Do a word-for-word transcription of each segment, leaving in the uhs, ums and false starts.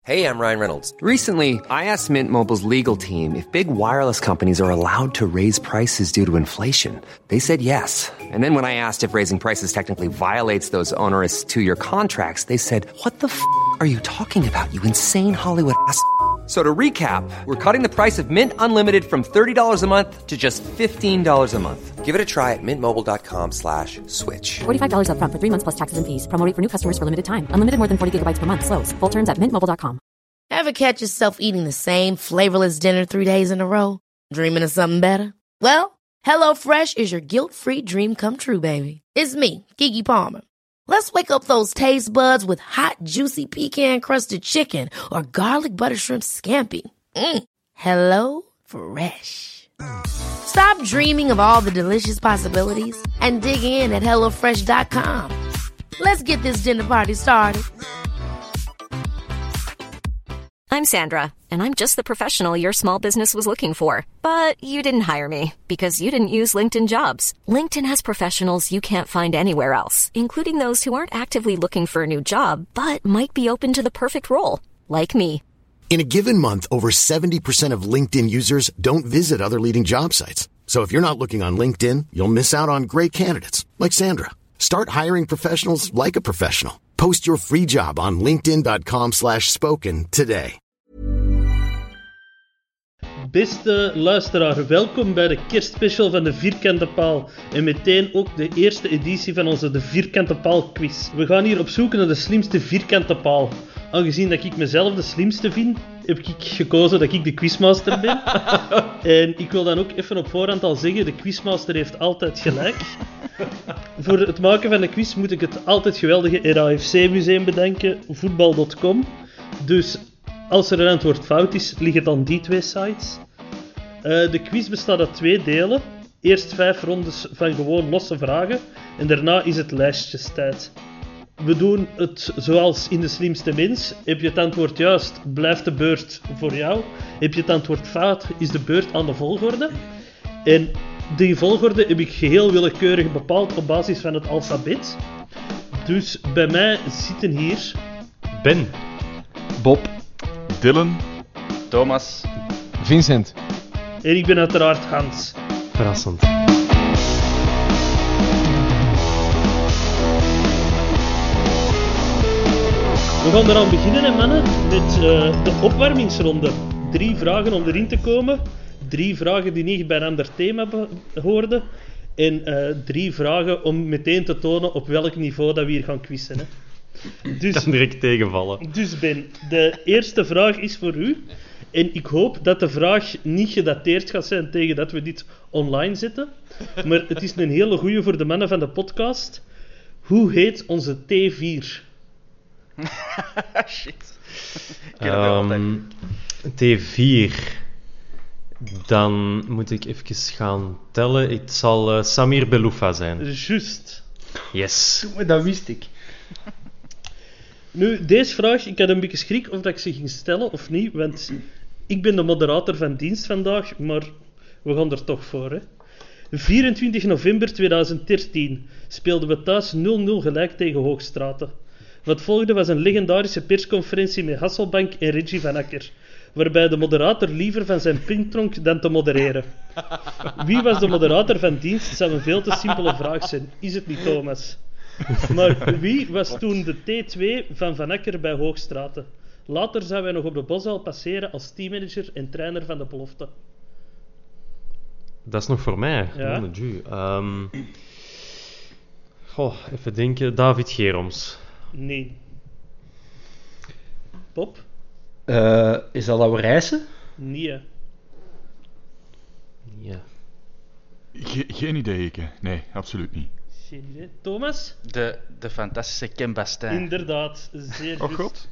Hey, I'm Ryan Reynolds. Recently, I asked Mint Mobile's legal team if big wireless companies are allowed to raise prices due to inflation. They said yes. And then when I asked if raising prices technically violates those onerous two-year contracts, they said, what the f*** are you talking about, you insane Hollywood ass f- So to recap, we're cutting the price of Mint Unlimited from thirty dollars a month to just fifteen dollars a month. Give it a try at mintmobile.com slash switch. forty-five dollars up front for three months plus taxes and fees. Promo rate for new customers for limited time. Unlimited more than forty gigabytes per month. Slows full terms at mint mobile dot com. Ever catch yourself eating the same flavorless dinner three days in a row? Dreaming of something better? Well, HelloFresh is your guilt-free dream come true, baby. It's me, Keke Palmer. Let's wake up those taste buds with hot, juicy pecan-crusted chicken or garlic butter shrimp scampi. Mm. Hello Fresh. Stop dreaming of all the delicious possibilities and dig in at hello fresh dot com. Let's get this dinner party started. I'm Sandra, and I'm just the professional your small business was looking for. But you didn't hire me because you didn't use LinkedIn Jobs. LinkedIn has professionals you can't find anywhere else, including those who aren't actively looking for a new job, but might be open to the perfect role, like me. In a given month, over seventy percent of LinkedIn users don't visit other leading job sites. So if you're not looking on LinkedIn, you'll miss out on great candidates, like Sandra. Start hiring professionals like a professional. Post your free job on linkedin.com slash spoken today. Beste luisteraar, welkom bij de kerstspecial van de Vierkante Paal. En meteen ook de eerste editie van onze de Vierkante Paal quiz. We gaan hier op zoek naar de slimste vierkante paal. Aangezien dat ik mezelf de slimste vind, heb ik gekozen dat ik de quizmaster ben. En ik wil dan ook even op voorhand al zeggen, de quizmaster heeft altijd gelijk. Voor het maken van de quiz moet ik het altijd geweldige R A F C-museum bedanken, voetbal punt com. Dus als er een antwoord fout is, ligt het aan die twee sites. Uh, de quiz bestaat uit twee delen. Eerst vijf rondes van gewoon losse vragen. En daarna is het lijstjestijd. We doen het zoals in de slimste mens. Heb je het antwoord juist, blijft de beurt voor jou. Heb je het antwoord fout, is de beurt aan de volgorde. En die volgorde heb ik geheel willekeurig bepaald op basis van het alfabet. Dus bij mij zitten hier... Ben. Bob. Dylan. Thomas. Vincent. En ik ben uiteraard Hans. Verrassend. We gaan eraan beginnen, hè, mannen, met uh, de opwarmingsronde. Drie vragen om erin te komen. Drie vragen die niet bij een ander thema be- hoorden. En uh, drie vragen om meteen te tonen op welk niveau dat we hier gaan quizzen. Hè. Dus, kan direct tegenvallen. Dus Ben, de eerste vraag is voor u. En ik hoop dat de vraag niet gedateerd gaat zijn tegen dat we dit online zetten. Maar het is een hele goeie voor de mannen van de podcast. Hoe heet onze T vier? Shit. Um, T vier. Dan moet ik even gaan tellen. Het zal uh, Samir Beloufa zijn. Juist. Yes. Dat wist ik. Nu, deze vraag, ik had een beetje schrik of dat ik ze ging stellen of niet, want ik ben de moderator van dienst vandaag, maar we gaan er toch voor, hè. vierentwintig november tweeduizend dertien speelden we thuis nul nul gelijk tegen Hoogstraten. Wat volgde was een legendarische persconferentie met Hasselbank en Reggie van Akker, waarbij de moderator liever van zijn pint dronk dan te modereren. Wie was de moderator van dienst, zou een veel te simpele vraag zijn. Is het niet Thomas? Maar wie was toen de T twee van Van Akker bij Hoogstraten? Later zou hij nog op de Bosuil passeren als teammanager en trainer van de belofte. Dat is nog voor mij. Ja. Oh, um... Goh, even denken. David Geroms. Nee. Bob? Uh, is dat Lauwe Rijssen? Nee. Ja. Ge- geen idee, ik. Nee, absoluut niet. Geen idee. Thomas? De, de fantastische Ken Bastijn. Inderdaad, zeer Oh juist. god.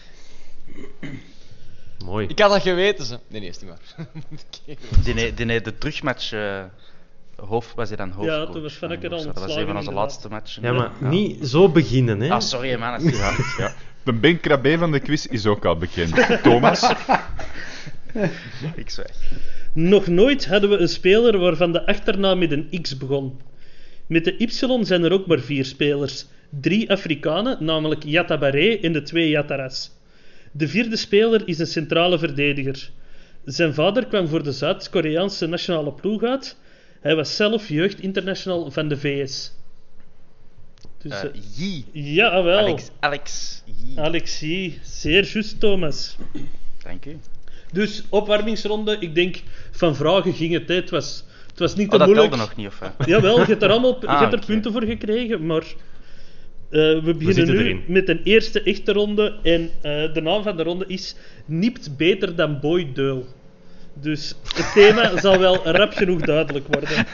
Mooi. Ik had dat geweten, ze. Nee, nee, is niet waar. Die nee, die nee, de terugmatch... Uh, hoofd, was hij dan hoofdcoach? Ja, toen was Van Akker al Dat was ontslagen, een van onze inderdaad. laatste matchen. Ja, maar ja. niet zo beginnen, hè. Ah, sorry man. Het is... Ja, ja. De Ben Krabbe van de quiz is ook al bekend. Thomas? Ik zwijg. Nog nooit hadden we een speler waarvan de achternaam met een X begon. Met de Y zijn er ook maar vier spelers. Drie Afrikanen, namelijk Yatta Baré en de twee Yattaras. De vierde speler is een centrale verdediger. Zijn vader kwam voor de Zuid-Koreaanse nationale ploeg uit. Hij was zelf jeugdinternational van de V S. Dus, Uh, uh, Yi. ja, wel. Alex, Alex Yi. Alex Yi. Zeer juist, Thomas. Dank u. Dus opwarmingsronde, ik denk van vragen ging het. Hè. Het was, het was niet te Oh, dat moeilijk. telde nog niet, of hè? Jawel, je hebt er allemaal je Ah, hebt er oké. punten voor gekregen, maar uh, we beginnen zitten nu erin. met een eerste echte ronde en uh, de naam van de ronde is Nipt beter dan Boy Deul. Dus het thema zal wel rap genoeg duidelijk worden.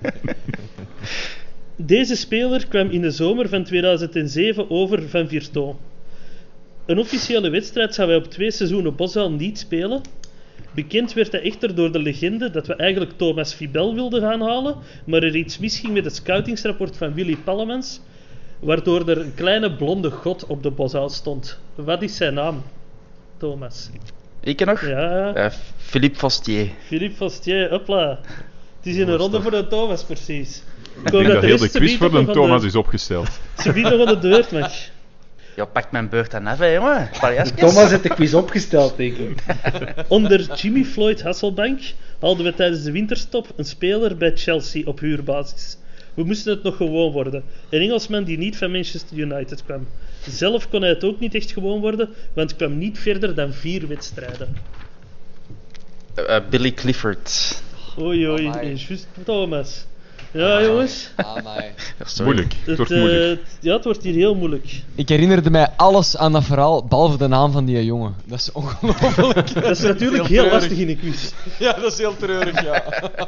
Deze speler kwam in de zomer van tweeduizend zeven over van Virton. Een officiële wedstrijd zou hij op twee seizoenen Bosal niet spelen. Bekend werd hij echter door de legende dat we eigenlijk Thomas Fibel wilden gaan halen, maar er iets misging met het scoutingsrapport van Willy Pallemans, waardoor er een kleine blonde god op de Bosal stond. Wat is zijn naam, Thomas? Ik nog? Ja, Uh, Philippe Fostier. Philippe Fostier, hopla. Het is in een ronde voor de Thomas, precies. Ik denk dat heel de quiz voor de Thomas de, is opgesteld. ze bieden van de deur mag. Ja, pak mijn beurt dan af, hè, jongen. Paljas. Thomas heeft de quiz opgesteld, denk ik. Onder Jimmy Floyd Hasselbank haalden we tijdens de winterstop een speler bij Chelsea op huurbasis. We moesten het nog gewoon worden. Een Engelsman die niet van Manchester United kwam. Zelf kon hij het ook niet echt gewoon worden, want hij kwam niet verder dan vier wedstrijden. Uh, Billy Clifford. Oei, oei, Amai. juist Thomas. Ja, jongens. Amai. Sorry. Moeilijk. Het Het, wordt eh, moeilijk. ja, het wordt hier heel moeilijk. Ik herinnerde mij alles aan dat verhaal, behalve de naam van die jongen. Dat is ongelooflijk. Dat is natuurlijk heel lastig in een quiz. Ja, dat is heel treurig, ja.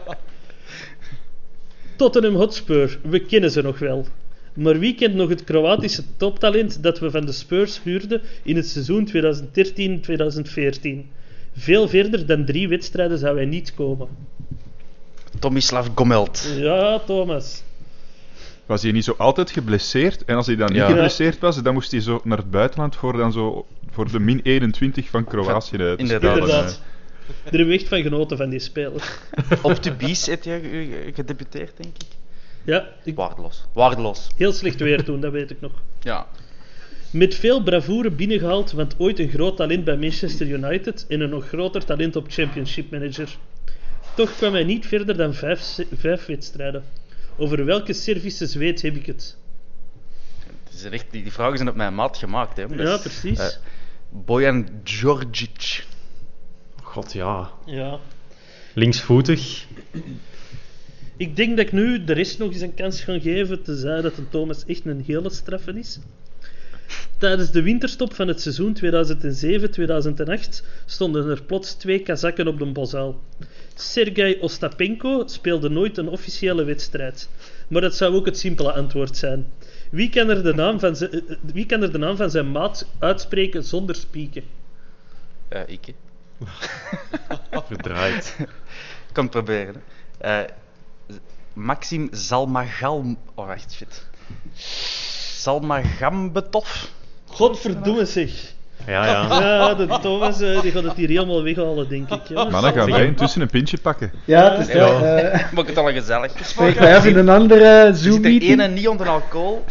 Tottenham Hotspur, we kennen ze nog wel. Maar wie kent nog het Kroatische toptalent dat we van de Spurs huurden in het seizoen tweeduizend dertien tweeduizend veertien? Veel verder dan drie wedstrijden zou hij niet komen. Tomislav Gomelt. Ja, Thomas. Was hij niet zo altijd geblesseerd? En als hij dan niet Ja. geblesseerd was, dan moest hij zo naar het buitenland voor, dan zo, voor de min eenentwintig van Kroatië eh, te Inderdaad. spelen. Inderdaad. Daar hebben we echt van genoten van die speler. Op de bies heb je ge- gedebuteerd, denk ik. Ja, ik, Waardeloos. Waardeloos. heel slecht weer toen, dat weet ik nog. Ja. Met veel bravoure binnengehaald, want ooit een groot talent bij Manchester United en een nog groter talent op Championship Manager. Toch kwam hij niet verder dan vijf, se- vijf wedstrijden. Over welke Servische Zweed heb ik het? Het is echt, die, die vragen zijn op mijn maat gemaakt, hè. jongens. Ja, precies. Eh, Bojan Djordjic. God, ja. Ja. Linksvoetig. Ik denk dat ik nu de rest nog eens een kans ga geven, tenzij dat een Thomas echt een hele straffe is. Tijdens de winterstop van het seizoen tweeduizend zeven tweeduizend acht stonden er plots twee Kazakken op de Bosal. Sergei Ostapenko speelde nooit een officiële wedstrijd. Maar dat zou ook het simpele antwoord zijn. Wie kan er de naam van zijn, eh, eh, wie kan er de naam van zijn maat uitspreken zonder spieken? Uh, ik, hè. Verdraaid. Ik kan het proberen. hè. Eh, Maxim Zalmagal... Oh, wacht, shit. Zalmagambetov. Godverdomme zeg. Ja, ja. Ja, de Thomas eh, die gaat het hier helemaal weghalen, denk ik. Ja. Maar dan gaan wij intussen een pintje pakken. Ja, het is Ja. dat. eh, Maak het al gezellig. Spreek mij af in een andere Er zit er Zoom-meeting. één niet onder alcohol.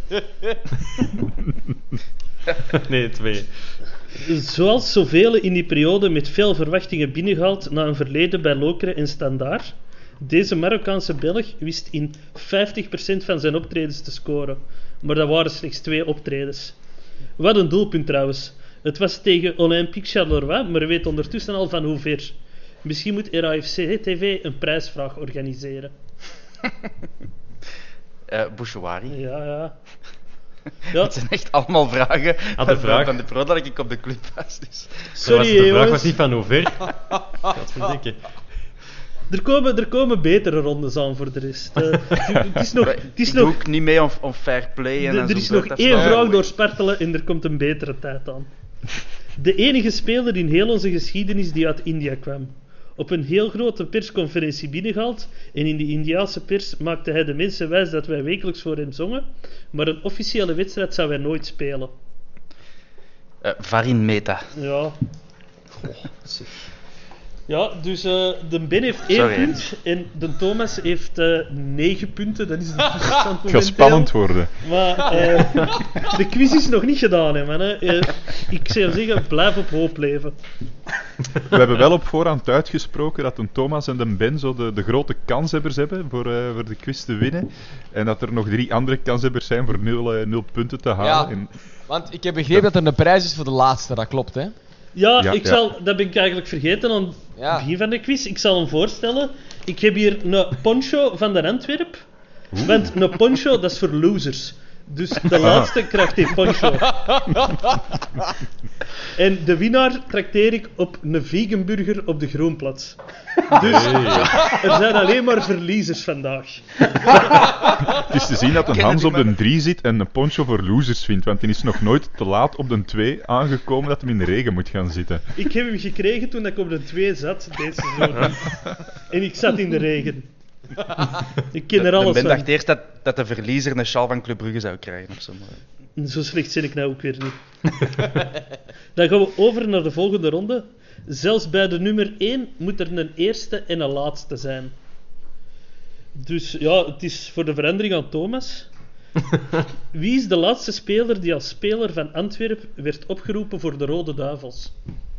Nee, twee. Zoals zoveel in die periode met veel verwachtingen binnengehaald na een verleden bij Lokeren en Standaard, deze Marokkaanse Belg wist in vijftig procent van zijn optredens te scoren. Maar dat waren slechts twee optredens. Wat een doelpunt trouwens. Het was tegen Olympique Charleroi, maar weet ondertussen al van hoe ver. Misschien moet R A F C T V een prijsvraag organiseren. Uh, Bouchouari. Ja, ja. Ja, Het zijn echt allemaal vragen Ah, de vraag- van de pro dat ik op de club was. Dus. sorry Was de vraag jongens. was niet van hoe ver. Dat vind ik. Er komen, er komen betere rondes aan voor de rest. Eh, het is nog... Maar Het is ik nog doe ook niet mee om, om fair play en De- en er zo'n is nog beurt één afstaan. vraag doorspartelen en er komt een betere tijd aan. De enige speler in heel onze geschiedenis die uit India kwam. Op een heel grote persconferentie binnengehaald en in de Indiaanse pers maakte hij de mensen wijs dat wij wekelijks voor hem zongen, maar een officiële wedstrijd zou hij nooit spelen. Uh, Varin Meta. Ja. Ja, dus uh, de Ben heeft één Sorry. punt en de Thomas heeft uh, negen punten. Dat is de tussenstand Het gaat spannend worden. Maar uh, de quiz is nog niet gedaan, hè, man. Hè. Uh, ik zou zeggen, blijf op hoop leven. We hebben wel op voorhand uitgesproken dat de Thomas en de Ben zo de, de grote kanshebbers hebben voor, uh, voor de quiz te winnen. En dat er nog drie andere kanshebbers zijn voor nul, uh, nul punten te halen. Ja, en... want ik heb begrepen dat er een prijs is voor de laatste, dat klopt, hè? Ja, Ja, ik ja. zal, dat ben ik eigenlijk vergeten aan het Ja. begin van de quiz. Ik zal hem voorstellen. Ik heb hier een poncho van de Antwerp. Want een poncho, dat is voor losers. Dus de laatste krijgt die poncho. En de winnaar trakteer ik op een veganburger op de Groenplaats. Dus er zijn alleen maar verliezers vandaag. Het is te zien dat een Hans op de drie zit en een poncho voor losers vindt, want die is nog nooit te laat op de twee aangekomen dat hij in de regen moet gaan zitten. Ik heb hem gekregen toen ik op de twee zat, deze seizoen. En ik zat in de regen. Ik ken er alles Ik van. dacht eerst dat, dat de verliezer een sjaal van Club Brugge zou krijgen of zo. maar- Zo slecht zit ik nou ook weer niet. Dan gaan we over naar de volgende ronde. Zelfs bij de nummer één moet er een eerste en een laatste zijn. Dus ja, het is voor de verandering aan Thomas. Wie is de laatste speler die als speler van Antwerp werd opgeroepen voor de Rode Duivels?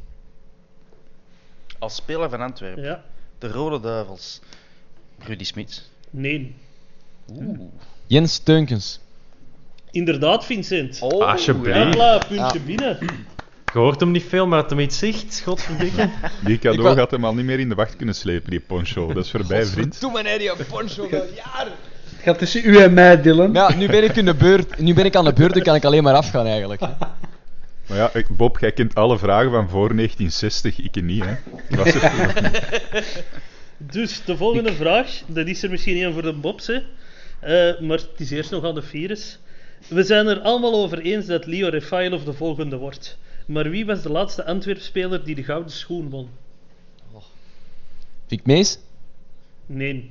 Als speler van Antwerpen. Ja. De Rode Duivels. Rudy Smits. Nee. Oeh. Jens Steunkens. Inderdaad, Vincent. Oh, Alsjeblieft. Hopla, puntje Ja. binnen. Je hoort hem niet veel, maar dat hem iets zegt, godverdikke. Die cadeau Ik wa- gaat hem al niet meer in de wacht kunnen slepen, die poncho. Dat is voorbij, vriend. Doe maar nee, die poncho wel jaren. Het gaat tussen u en mij, Dylan. Maar ja, nu ben ik, in de beurt, nu ben ik aan de beurt, dan kan ik alleen maar afgaan eigenlijk. Maar ja, ik- Bob, jij kent alle vragen van voor negentien zestig, ik niet, hè. Ik was er toen nog niet. Dus de volgende vraag, dat is er misschien een voor de Bobs, hè. Uh, maar het is eerst nog aan de virus. We zijn er allemaal over eens dat Leo Refailov de volgende wordt. Maar wie was de laatste Antwerp-speler die de gouden schoen won? Vic Mees? Nee.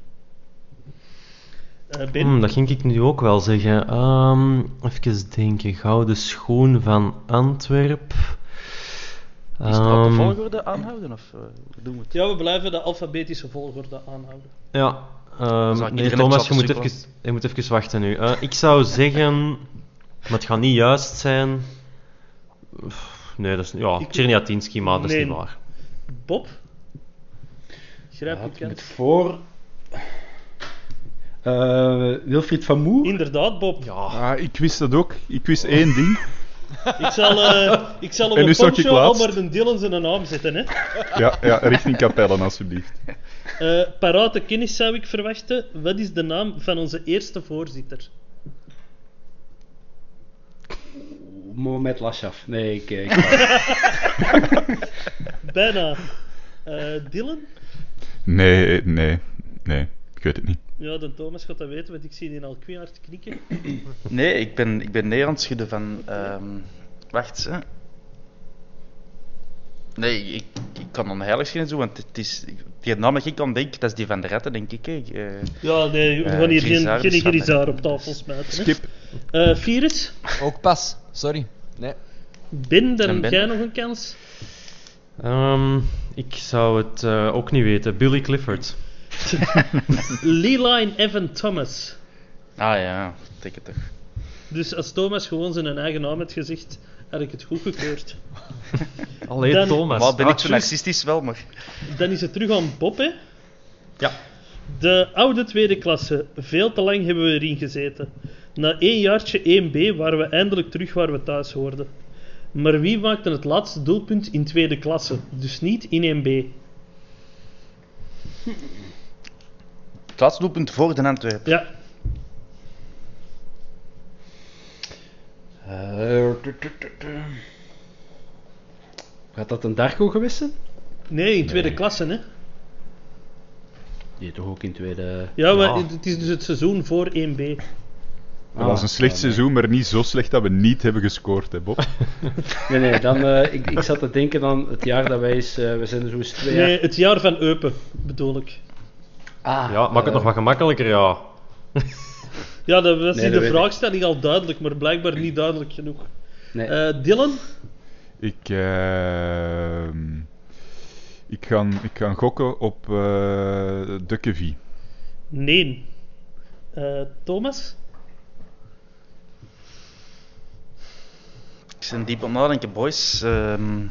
Uh, Ben? Hmm, dat ging ik nu ook wel zeggen. Ehm even denken. Gouden schoen van Antwerp. Is het op de Ehm, volgorde aanhouden of uh, hoe doen we het? Ja, we blijven de alfabetische volgorde aanhouden. Ja. ehm, Zal ik nee, iedereen Thomas, even je moet sukkelen? even, je moet even wachten nu. Eh, ik zou zeggen... Maar het gaat niet juist zijn... Pff, Nee, dat is... Ja, Ik- Czerniatinski, maar dat is Nee. niet waar. Bob? Grijp Ja, je het kans. moet voor... Eh, Wilfried van Moer? Inderdaad, Bob. Ja. Ah, ik wist dat ook. Ik wist één ding. Ik zal, uh, ik zal op En nu een stond ik poncho al laatst. maar de Dylan zijn naam zetten, hè. Ja, ja, richting Capellen, alsjeblieft. Uh, parate kennis zou ik verwachten. Wat is de naam van onze eerste voorzitter? Mohamed Lashaf. Nee, ik... ik Bijna. Uh, Dylan? Nee, nee, nee. Ik weet het niet. Ja, de Thomas gaat dat weten, want ik zie die al kwiehard knikken. Nee, ik ben, ik ben nee aan het schudden van... ehm, wacht, hè. Nee, ik, ik kan dan heiligschennis doen, want het is... Die naam dat ik aan denk, dat is die van de Retten, denk ik. Hè. Eh, Ja, nee, we Eh, gaan hier geen, Grizaar geen is van- Grizaar op tafel smijten. Hè. Skip. Uh, Virus? Ook pas, sorry. Nee. Ben, dan En heb Ben? jij nog een kans? Ehm, ik zou het eh, ook niet weten. Billy Clifford. Leline Evan Thomas. Ah ja, denk het toch. Dus als Thomas gewoon zijn eigen naam had gezegd, had ik het goedgekeurd. Allee, Dan- Thomas. Maar ben Ah, ik zo juist. narcistisch wel, maar... Dan is het terug aan Bob, hè. Ja. De oude tweede klasse. Veel te lang hebben we erin gezeten. Na één jaartje één B waren we eindelijk terug waar we thuis hoorden. Maar wie maakte het laatste doelpunt in tweede klasse? Dus niet in één B. Het laatste doelpunt voor de Antwerpen. Ja. Eh, tu- tu- tu- tu. Gaat dat een Darko geweest zijn? Nee, in tweede klasse, hè. Die toch ook in tweede... Ja, maar Ja. het is dus het seizoen voor één B. Dat was een slecht seizoen, maar niet zo slecht dat we niet hebben gescoord, hè, Bob. Nee, nee, dan, eh, ik, ik zat te denken aan het jaar dat wij eens... eh, we zijn er zo eens twee Nee, jaar... het jaar van Eupen, bedoel ik. Ah, Ja, maak het eh, nog wat gemakkelijker, ja. Ja, dat was Nee, in dat de weet vraagstelling al duidelijk, maar blijkbaar niet duidelijk genoeg. Nee. Eh, Dylan? Ik, ehm Ik ga, ik ga gokken op uh, de Kevie. Nee. Uh, Thomas? Ik ben diep aan het nadenken, boys. Um,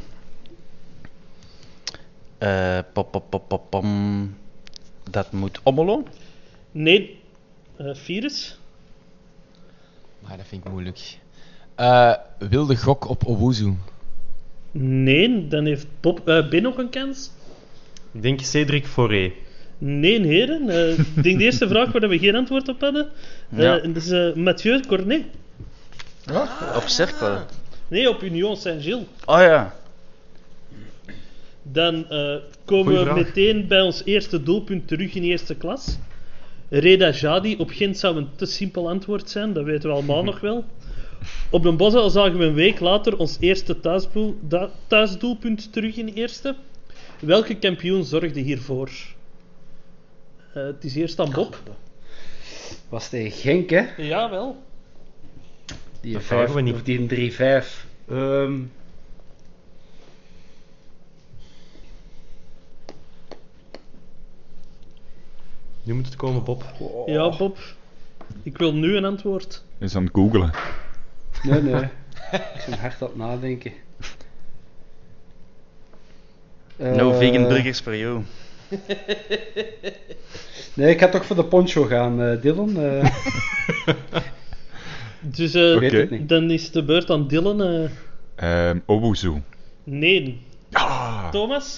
uh, pop, pop, pop, pop, pom. Dat moet Omelo? Nee. Uh, Virus? Maar dat vind ik moeilijk. Uh, wilde gok op Owuzu? Nee, dan heeft Bob, uh, Ben nog een kans. Ik denk Cedric Fauré. Nee, heren. Uh, ik denk de eerste vraag waar we geen antwoord op hadden. Uh, ja. Dat is uh, Mathieu Cornet. Ah, op Cercle? Nee, op Union Saint-Gilles. Oh ja. Dan uh, komen we meteen bij ons eerste doelpunt terug in eerste klas. Reda Jadi op Gent zou een te simpel antwoord zijn, dat weten we allemaal nog wel. Op Den Bosch zagen we een week later ons eerste thuisboel, da, thuisdoelpunt terug in eerste. Welke kampioen zorgde hiervoor? Uh, het is eerst aan Bob. Was tegen Genk, hè? Ja, wel. Die vijf, of die drie vijf. Um... Nu moet het komen, Bob. Oh. Ja, Bob. Ik wil nu een antwoord. Hij is aan het googlen. Nee, nee. Ik ben hard aan het nadenken. No uh... vegan burgers for you. Nee, ik ga toch voor de poncho gaan, uh, Dylan. Uh... dus uh, okay. Dan is de beurt aan Dylan. Uh... Um, Owuzu. Nee. Ah. Thomas?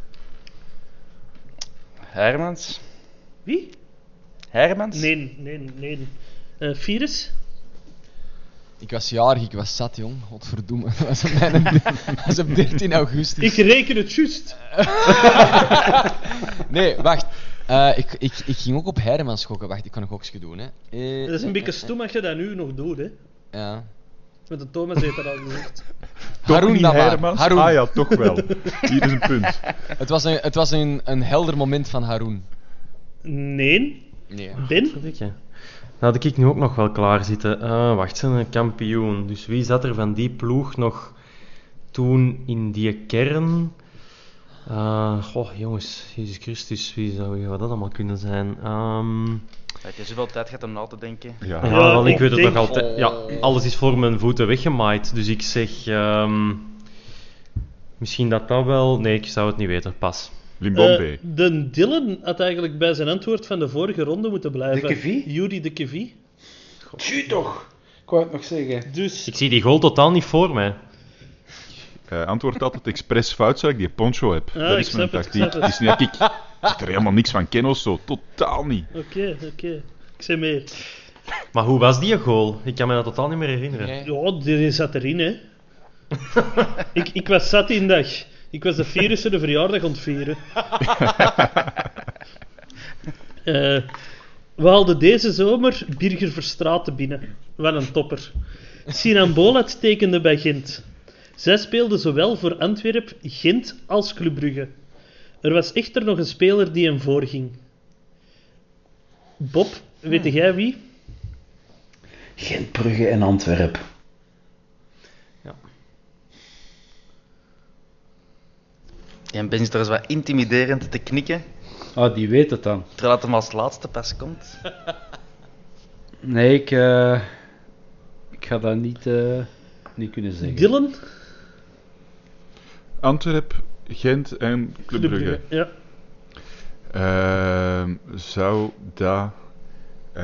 Hermans. Wie? Hermans? Nee, nee, nee. Uh, Virus? Ik was jarig, ik was zat, jong. Godverdomme. Dat was op, mijn... dat was op dertien augustus. Ik reken het juist. Nee, wacht. Uh, ik, ik, ik ging ook op Hermans gokken. Wacht, ik kan een gokje doen, hè. Uh, dat is een beetje stom als je dat nu nog doet, hè. Ja. Met de Thomas heeft dat al gezegd. Haroun Hermans? Haroun. Ah ja, toch wel. Hier is een punt. Het was een, het was een, een helder moment van Haroun. Nee. Nee. Ben? Dat had ik nu ook nog wel klaar zitten. Uh, wacht, zijn een kampioen. Dus wie zat er van die ploeg nog toen in die kern? Uh, goh, jongens, Jezus Christus, wie zou wie dat allemaal kunnen zijn? Um... Heb je zoveel tijd gehad om na te denken? Ja, ja, ja wel, ik, ik weet het nog altijd. Ja, alles is voor mijn voeten weggemaaid. Dus ik zeg... Um... Misschien dat dat wel... Nee, ik zou het niet weten. Pas. Limbombe. Uh, de Dylan had eigenlijk bij zijn antwoord van de vorige ronde moeten blijven. De Kevie? Yuri de Kevie. Tjie toch! Ik wou het nog zeggen. Dus... Ik zie die goal totaal niet voor mij. Uh, antwoord altijd expres fout, zodat ik die poncho heb. Ah, dat is mijn tactiek. Het. Het is niet dat ik, ik er helemaal niks van ken of zo. Totaal niet. Oké, okay, oké. Okay. Ik zeg mee. Maar hoe was die goal? Ik kan me dat totaal niet meer herinneren. Nee. Ja, die zat erin, hè. ik, ik was zat die dag. Ik was de virussen de verjaardag aan het vieren. uh, we haalden deze zomer Birger Verstraeten binnen. Wel een topper. Sinan Bolat tekende bij Gent. Zij speelde zowel voor Antwerp, Gent als Club Brugge. Er was echter nog een speler die hem voorging. Bob, weet hmm. jij wie? Gent, Brugge en Antwerp. Ja. Ja, en Ben is er eens wat intimiderend te knikken. Oh, die weet het dan. Terwijl het hem als laatste pas komt. Nee, ik... Uh, ik ga dat niet, uh, niet kunnen zeggen. Dylan? Antwerp, Gent en Club Brugge. Ja. Uh, zou dat... Uh,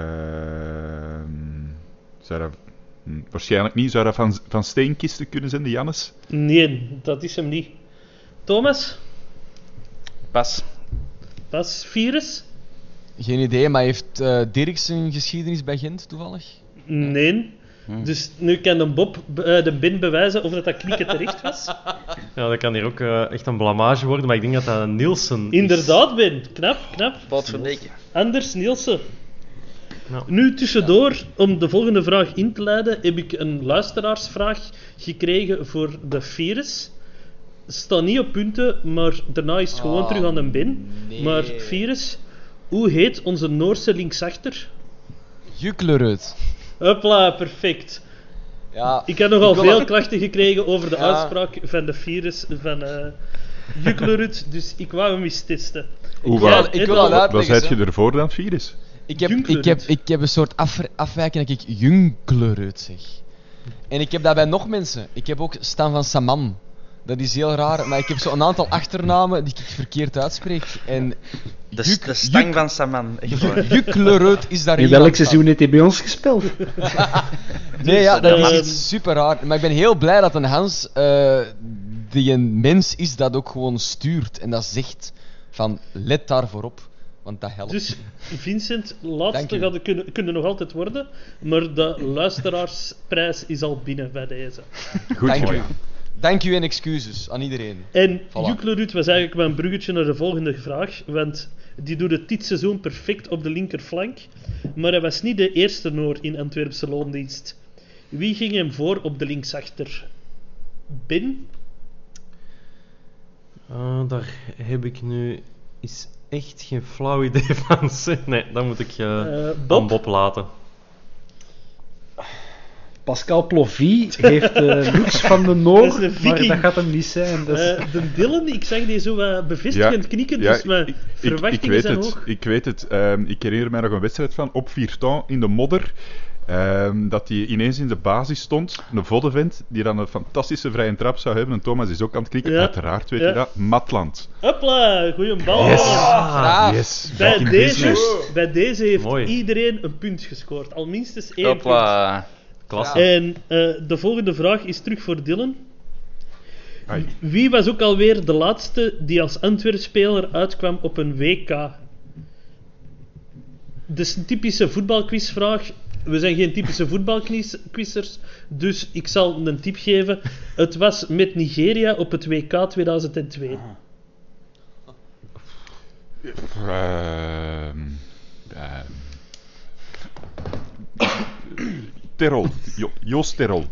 zou dat... Hm, waarschijnlijk niet. Zou dat van, van Steenkisten kunnen zijn, de Jannes? Nee, dat is hem niet. Thomas? Pas. Pas. Virus? Geen idee, maar heeft uh, Dirks een geschiedenis bij Gent toevallig? Nee. Hmm. Dus nu kan de Bob uh, de Ben bewijzen of dat, dat knikken terecht was. Ja, dat kan hier ook uh, echt een blamage worden, maar ik denk dat dat een Nielsen is. Inderdaad, Ben. Knap, knap. Wat verdeken. Anders Nielsen. Nou. Nu tussendoor, om de volgende vraag in te leiden, heb ik een luisteraarsvraag gekregen voor de Virus. Het staat niet op punten, maar daarna is het gewoon oh, terug aan de Ben. Nee. Maar Virus, hoe heet onze Noorse linksachter? Juklerud. Hopla, perfect. Ja, ik heb nogal veel klachten gekregen over de ja. uitspraak van de Virus van, uh, Juklerud, dus ik wou hem eens testen. Hoe wil- waar? ik wil al uitleggen, Wat zei hè. je ervoor dan het virus? Ik heb, Junklerud. ik, heb, ik heb een soort af, afwijking dat ik Junklerud zeg. En ik heb dat bij nog mensen. Ik heb ook Stan van Saman. Dat is heel raar, maar ik heb zo een aantal achternamen die ik verkeerd uitspreek. En De, Juk- de stang Juk- van Saman. Echt waar. Juklerud is daar In iemand welk van. seizoen heeft hij bij ons gespeeld? Nee, ja, dat is Ehm, iets super raar. Maar ik ben heel blij dat een Hans eh, die een mens is dat ook gewoon stuurt. En dat zegt van, let daarvoor op. Want dat helpt. Dus Vincent, Dank laatste u. gaat het kunnen, kunnen nog altijd worden, maar de luisteraarsprijs is al binnen bij deze. Goed Dank voor u. je. Dank u en excuses aan iedereen. En Voilà. Juklerud was eigenlijk mijn bruggetje naar de volgende vraag, want die doet het dit seizoen perfect op de linkerflank, maar hij was niet de eerste Noor in Antwerpse loondienst. Wie ging hem voor op de linksachter? Ben? Ah, daar heb ik nu is echt geen flauw idee van. Nee, dat moet ik eh Eh, Bob? aan Bob laten. Pascal Plovy heeft de looks van de Dat is Noor, een maar viking. dat gaat hem niet zijn. Dat is... Eh, de Dylan, ik zag die zo wat bevestigend knikken, dus mijn ik, ik, ik verwachtingen weet zijn het. hoog. Ik weet het. Ehm, ik herinner mij nog een wedstrijd van op Vierton in de modder. ehm, dat hij ineens in de basis stond. Een Voddevent die dan een fantastische vrije trap zou hebben. En Thomas is ook aan het klikken. Ja. Uiteraard weet Ja. je dat. Matland. Hopla, goeie bal. Yes. Graaf. Yes. Bij Back in deze, business. bij deze heeft Mooi. iedereen een punt gescoord. Al minstens één Hopla. Klasse. punt. En eh, de volgende vraag is terug voor Dylan. Ai. Wie was ook alweer de laatste die als Antwerp-speler uitkwam op een W K? Dus een typische voetbalquizvraag. We zijn geen typische voetbalquizzers, dus ik zal een tip geven. Het was met Nigeria op het W K tweeduizend twee. Ehm, ehm. Terol. Jo- Joost Terol.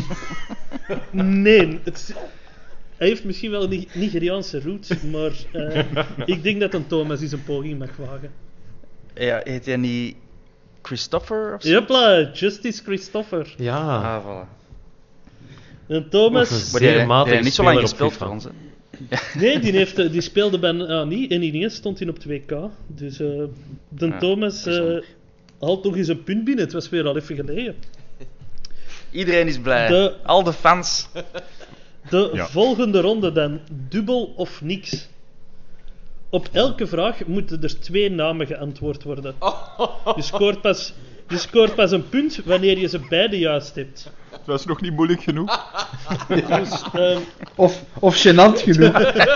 Nee, het is- hij heeft misschien wel een Ni- Nigeriaanse roots, maar eh, ik denk dat een Thomas eens een poging mag wagen. Ja, heet hij niet Christopher of zo? Jopla, Justice Christopher. Ja. Ah, voilà. En Of Thomas... een Maar die, zeer die matige heeft niet zo lang speler op gespeeld FIFA. voor ons, hè. Nee, die, heeft, eh, die speelde bij ah, niet en ineens stond hij op het W K. Dus eh, de Ja, Thomas eh bijzonder. haalt toch eens een punt binnen. Het was weer al even geleden. Iedereen is blij. De- Al de fans. De Ja. volgende ronde dan. Dubbel of niks. Op elke vraag moeten er twee namen geantwoord worden. Je scoort pas, je scoort pas een punt wanneer je ze beide juist hebt. Het was nog niet moeilijk genoeg. Dus, ehm, Of, of gênant genoeg.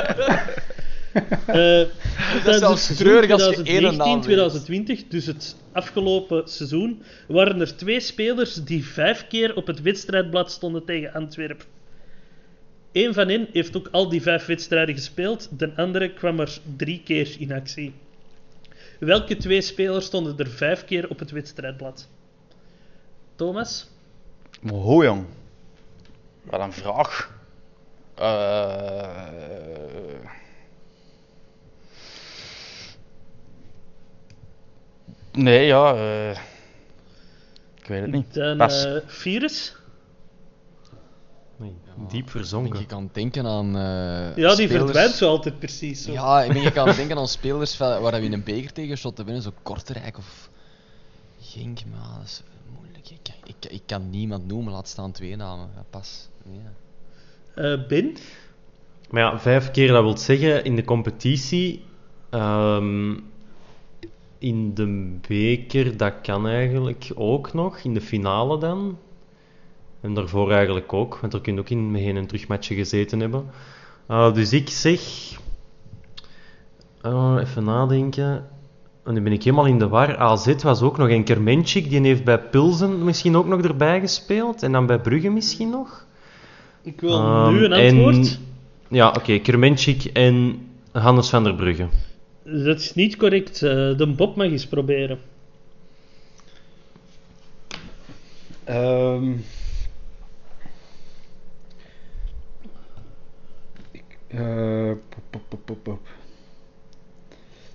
eh, tijdens zelfs het treurig als je seizoen één naam weet. tweeduizend negentien tweeduizend twintig, dus het afgelopen seizoen, waren er twee spelers die vijf keer op het wedstrijdblad stonden tegen Antwerpen. Eén van hen heeft ook al die vijf wedstrijden gespeeld, de andere kwam er drie keer in actie. Welke twee spelers stonden er vijf keer op het wedstrijdblad? Thomas? Ho, jong. Wat een vraag. Eh Nee, ja. eh Ik weet het niet. Dan Pas. eh Virus? Nee, diep Ben verzonken. ik aan het denken aan. eh, Ja, die spelers- verdwijnt zo altijd precies. Zo. Ja, ik ben ik aan het denken aan spelers van- waar we in een beker tegen shot hebben, zo Kortrijk of Genk, maar dat is moeilijk. Ik, ik, ik kan niemand noemen, laat staan twee namen. Ja, pas. Ja. Eh, Ben? Maar ja, vijf keer, dat wil zeggen in de competitie. ehm, in de beker, dat kan eigenlijk ook nog. In de finale dan. En daarvoor eigenlijk ook, want er kun je ook in heen en terug matchen gezeten hebben. Uh, dus ik zeg... Uh, even nadenken. En nu ben ik helemaal in de war. A Z was ook nog. En Kermenchik, die heeft bij Pilsen misschien ook nog erbij gespeeld. En dan bij Brugge misschien nog. Ik wil Um, nu een en- antwoord. Ja, oké. Okay, Kermenchik en Hannes van der Brugge. Dat is niet correct. Eh, de Bob mag eens proberen. Ehm ik, eh, pop, pop, pop, pop, pop.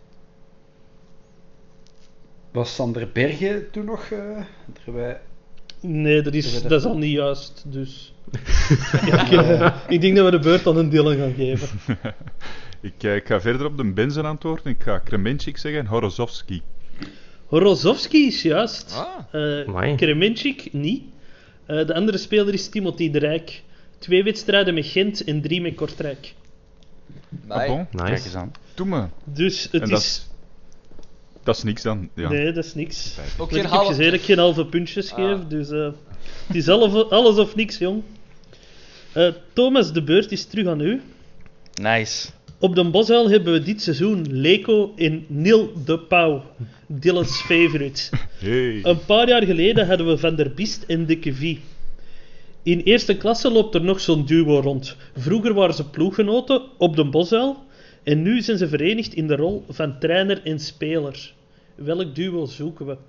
Was Sander Bergen toen nog uh, erbij? Nee, dat is, dat is al niet juist, dus... ik, uh, ik denk dat we de beurt aan een Dylan gaan geven. ik, uh, ik ga verder op de Benzen antwoorden. Ik ga Kremenchik zeggen en Horozovski. Horozovski is juist. Ah. Uh, Kremenchik niet. Uh, de andere speler is Timothy de Rijk. Twee wedstrijden met Gent en drie met Kortrijk. Ah, bon? Nice. Kijk eens aan. Doe me. Dus het en is... Dat is, dat is niks dan. Ja. Nee, dat is niks. Ook Ik geen heb half... gezegd dat ik geen halve puntjes Ah. geef, dus uh, het is alles, alles of niks, jong. Uh, Thomas, de beurt is terug aan u. Nice. Op de Bosuil hebben we dit seizoen Leko en Neil de Pauw, Dylan's favorite. Hey. Een paar jaar geleden hadden we Van der Biest en De Kevie. In eerste klasse loopt er nog zo'n duo rond. Vroeger waren ze ploeggenoten op de Bosuil en nu zijn ze verenigd in de rol van trainer en speler. Welk duo zoeken we?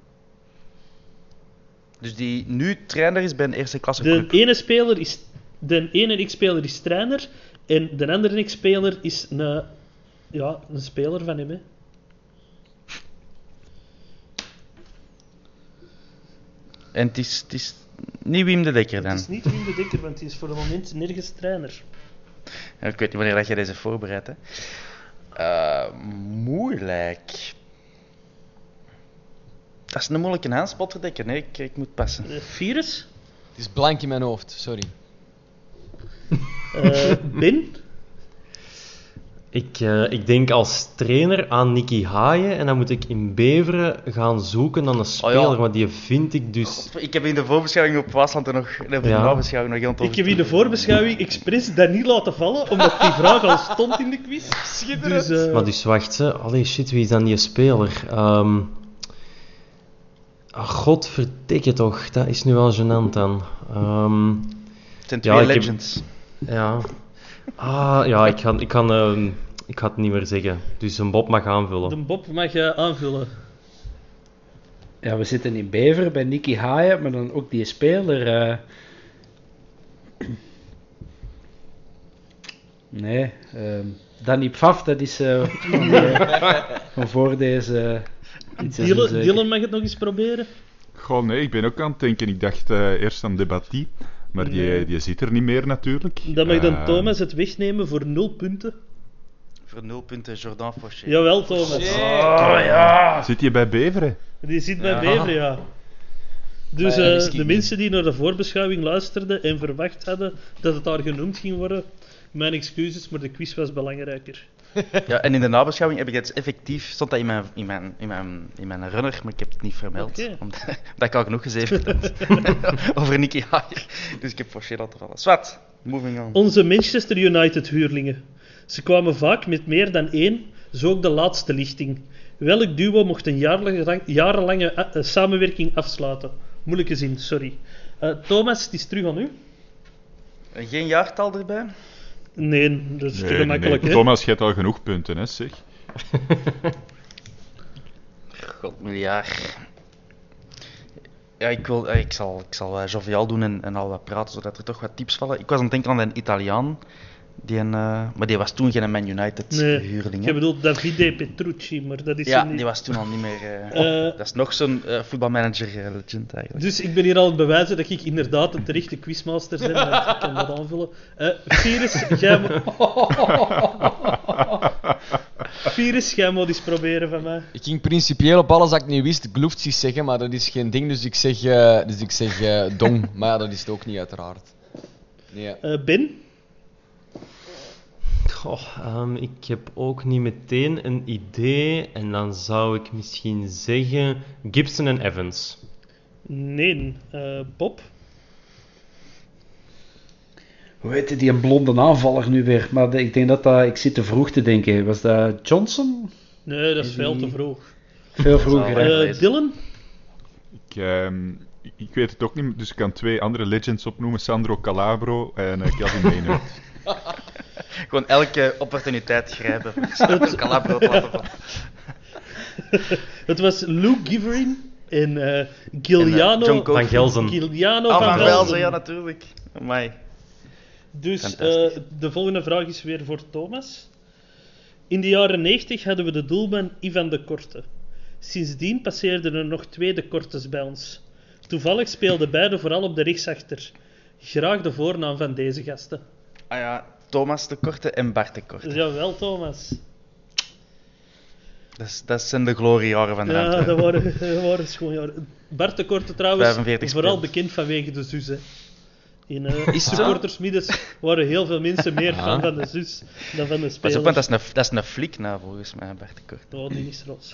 Dus die nu trainer is bij een eerste klasse De club. ene speler is... De ene X-speler is trainer en de andere X-speler is een... Ja, een speler van hem, hè. En het is, het is niet Wim de Dekker dan. Het is niet Wim de Dekker, want hij is voor het moment nergens trainer. Ja, ik weet niet wanneer dat je deze voorbereidt. Hè. Uh, moeilijk. Dat is een moeilijke handspot te dekken. Nee, ik, ik moet passen. Uh, Virus? Het is blank in mijn hoofd, sorry. Uh, Ben? Ik, uh, ik denk als trainer aan Nicky Haaien en dan moet ik in Beveren gaan zoeken naar een speler, oh ja. maar die vind ik dus... Ik heb in de voorbeschouwing op Waasland er nog... Nee, op de Ja. nabeschouwing nog heel Ik heb in de voorbeschouwing expres dat niet laten vallen, omdat die vraag al stond in de quiz. Schitterend. Dus, uh... Maar dus wacht, hè. Allee, shit, wie is dan die speler? Um... Oh, godverdikke toch, dat is nu wel gênant dan. Um... Het zijn twee ja, ik heb- legends. Ja. Ah, ja, ik ga, ik, kan, uh, ik ga het niet meer zeggen. Dus een Bob mag aanvullen. De Bob mag je aanvullen. Ja, we zitten in Bever bij Nicky Haaien, maar dan ook die speler. Uh... Nee, uh, Danny Pfaff, dat is uh, van, uh, van voor deze. dit seizoen Dylan, zeker. Dylan mag het nog eens proberen. Goh, nee, ik ben ook aan het denken. Ik dacht uh, eerst aan Debattie, maar die, Nee. die zit er niet meer natuurlijk. Dan mag dan Uh, Thomas het wegnemen voor nul punten. Voor nul punten Jordan Fauché. Jawel, Thomas. Oh ja! Zit je bij Beveren? Die zit bij Ja. Beveren, ja. Dus Maar, uh, misschien de niet. mensen die naar de voorbeschouwing luisterden en verwacht hadden dat het daar genoemd ging worden, mijn excuses, maar de quiz was belangrijker. Ja, en in de nabeschouwing heb ik het effectief, stond dat in mijn, in mijn, in mijn, in mijn runner, maar ik heb het niet vermeld. Oké. Omdat dat ik al genoeg gezeten heb over Nicky Haaien. Dus ik heb Fauché laten vallen. Zwat, moving on. Onze Manchester United huurlingen. Ze kwamen vaak met meer dan één, zo ook de laatste lichting. Welk duo mocht een jaarlange, jarenlange uh, samenwerking afsluiten? Moeilijke zin, sorry. Uh, Thomas, het is terug aan u. En geen jaartal erbij? Nee, dat is te Nee, nee, gemakkelijk, nee. hè? Thomas, je hebt al genoeg punten, hè, zeg. God, miljard. Ja, ik, wil, eh, ik zal, ik zal uh, joviaal doen en, en al wat praten, zodat er toch wat tips vallen. Ik was aan het denken aan een Italiaan, die een, uh, maar die was toen geen Man United Nee, huurling. ik hè. bedoel Davide Petrucci, maar dat is Ja, er niet. die was toen al niet meer... Uh, Eh, dat is nog zo'n uh, voetbalmanager uh, legend eigenlijk. Dus ik ben hier al aan het bewijzen dat ik inderdaad een terechte quizmaster ben. Want ik kan dat aanvullen. Uh, Virus, jij moet... Virus, jij moet eens proberen van mij. Ik ging principieel op alles dat ik niet wist Gloeftsies zeggen, maar dat is geen ding, dus ik zeg, uh, dus ik zeg uh, Dong. Maar ja, dat is het ook niet, uiteraard. Nee. Uh, Ben? Goh, um, ik heb ook niet meteen een idee en dan zou ik misschien zeggen Gibson en Evans. Nee. Uh, Bob? Hoe heette die een blonde aanvaller nu weer? Maar de- ik denk dat dat... Ik zit te vroeg te denken. Was dat Johnson? Nee, dat is Is veel die- te vroeg. Veel vroeger, hè? Uh, Dylan? Ik, ehm, ik, ik weet het ook niet, dus ik kan twee andere legends opnoemen. Sandro Calabro en uh, Calvin Maynard. Gewoon elke opportuniteit grijpen. Een Calabro te laten vallen. Het was Lou Giverin en uh, Giuliano... En, uh, John Van Gelsen. Giuliano Oh, van, van Velzen. Velzen, ja natuurlijk. Amai. Dus uh, Fantastisch. de volgende vraag is weer voor Thomas. In de jaren negentig hadden we de doelman Ivan de Korte. Sindsdien passeerden er nog twee de Kortes bij ons. Toevallig speelden beide vooral op de rechtsachter. Graag de voornaam van deze gasten. Ah ja, Thomas de Korte en Bart de Korte. Jawel, Thomas. Dat, is, dat zijn de gloriejaren van de Ja, Antwerpen. dat waren, dat waren schoon jaren. Bart de Korte trouwens, vijfenveertig vooral spelers. bekend vanwege de zus. Hè. In uh, Is het zo? supportersmiddes waren heel veel mensen meer Ah. fan van de zus dan van de Pas spelers. op, want dat is een, dat is een flik nou, volgens mij, Bart de Korte. Oh, die is roze.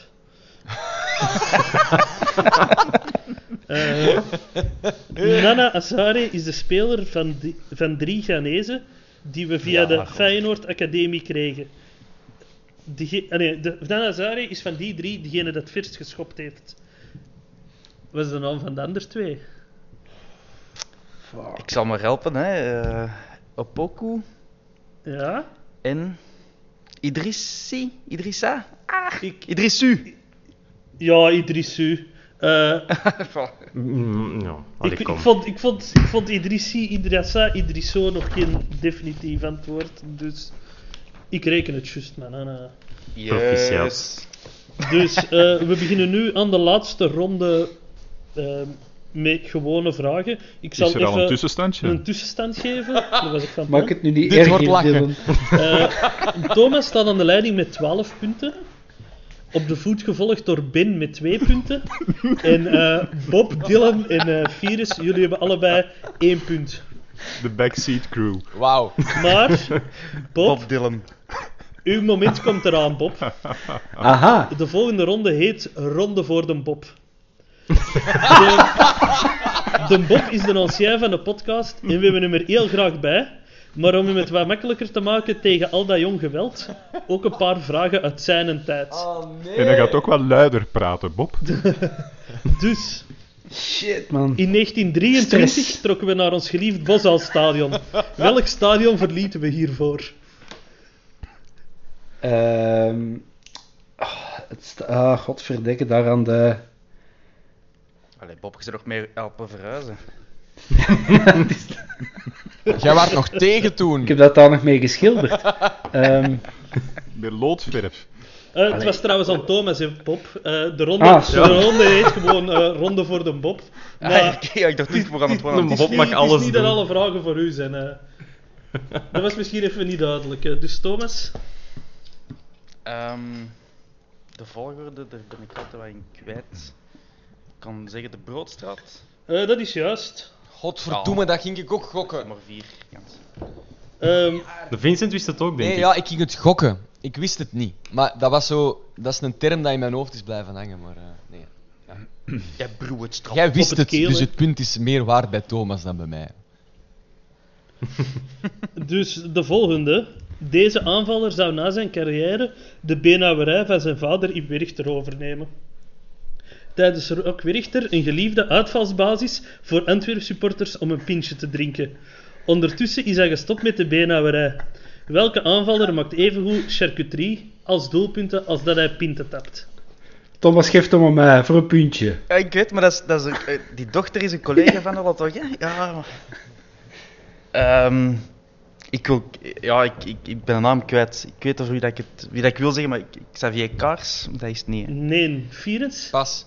uh, Nana Asare is de speler van, die, van drie Ghanese die we via Ja, de goed. Feyenoord Academie kregen. Die, ah, nee, de, Nana Asare is van die drie degene dat het verst geschopt heeft. Wat is de naam van de andere twee? Ik zal maar helpen, hè. Uh, Opoku Ja? en Idrissi? Idrissa? Ah, Ik... Idrissu. Ja, Idrissu. Uh, Mm, ja, allee, ik, ik, kom. vond, ik, vond, ik vond Idrissi, Idrassa, Idrisso nog geen definitief antwoord. Dus ik reken het juist, man. Anna. Proficiat. Dus uh, we beginnen nu aan de laatste ronde uh, met gewone vragen. Ik zal Is er even al een tussenstandje? een tussenstand geven. Dat was ik van Maak plan. het nu niet Dit erger, wordt lachen. Dylan. Uh, Thomas staat aan de leiding met twaalf punten. Op de voet gevolgd door Ben met twee punten. En uh, Bob, Dylan en uh, Virus, jullie hebben allebei één punt. De backseat crew. Wauw. Maar, Bob, Bob Dylan. uw moment komt eraan, Bob. Aha. De volgende ronde heet Ronde voor de Bob. De, de Bob is de ancien van de podcast en we hebben hem er heel graag bij. Maar om hem het wat makkelijker te maken tegen al dat jong geweld, ook een paar vragen uit zijn tijd. Oh nee. En hij gaat ook wel luider praten, Bob. Dus, Shit, man. in negentien drieëntwintig Stress. trokken we naar ons geliefd Bosuilstadion. Welk stadion verlieten we hiervoor? Ehm ah, het sta- ah, godverdikke, daar aan de... Allee, Bob, je zit nog meer helpen verhuizen. Jij waart nog tegen toen. Ik heb dat daar nog mee geschilderd. Ehm Met loodverf. Uh, het was trouwens aan Thomas, hè, Bob. Uh, de, ronde, Ah, sorry. de ronde heet gewoon uh, Ronde voor de Bob. Maar Ah, oké, ja, ik dacht niet voor aan het het worden. is Bob niet, mag het alles is niet doen. dat alle vragen voor u zijn. Uh. Dat was misschien even niet duidelijk. hè. Dus Thomas, Ehm, de volgorde, daar ben ik altijd wat in kwijt. Ik kan zeggen de Broodstraat. uh, dat is juist. Godverdomme, dat ging ik ook gokken. Maar vier kans. Um, De Vincent wist het ook, denk Nee, ik. ja, ik ging het gokken. Ik wist het niet. Maar dat was zo... Dat is een term dat in mijn hoofd is blijven hangen, maar... eh, nee. Jij Broodstraat. Jij wist het het, keel, dus hè. het punt is meer waard bij Thomas dan bij mij. dus de volgende. Deze aanvaller zou na zijn carrière de beenhouwerij van zijn vader in Werchter overnemen. Tijdens Rock Werchter een geliefde uitvalsbasis voor Antwerp supporters om een pintje te drinken. Ondertussen is hij gestopt met de beenhouwerij. Welke aanvaller maakt evengoed charcuterie als doelpunten als dat hij pinten tapt? Thomas geeft hem aan mij voor een puntje. Ja, ik weet, maar dat is, dat is een, eh, die dochter is een collega van haar, toch? Hè? Ja. maar- Ehm, ik wil... Ja, ik, ik, ik ben de naam kwijt. Ik weet of wie, dat ik, het, wie dat ik wil zeggen, maar ik, Xavier Kaars, dat is het niet. Hè. Nee, Virens? Pas.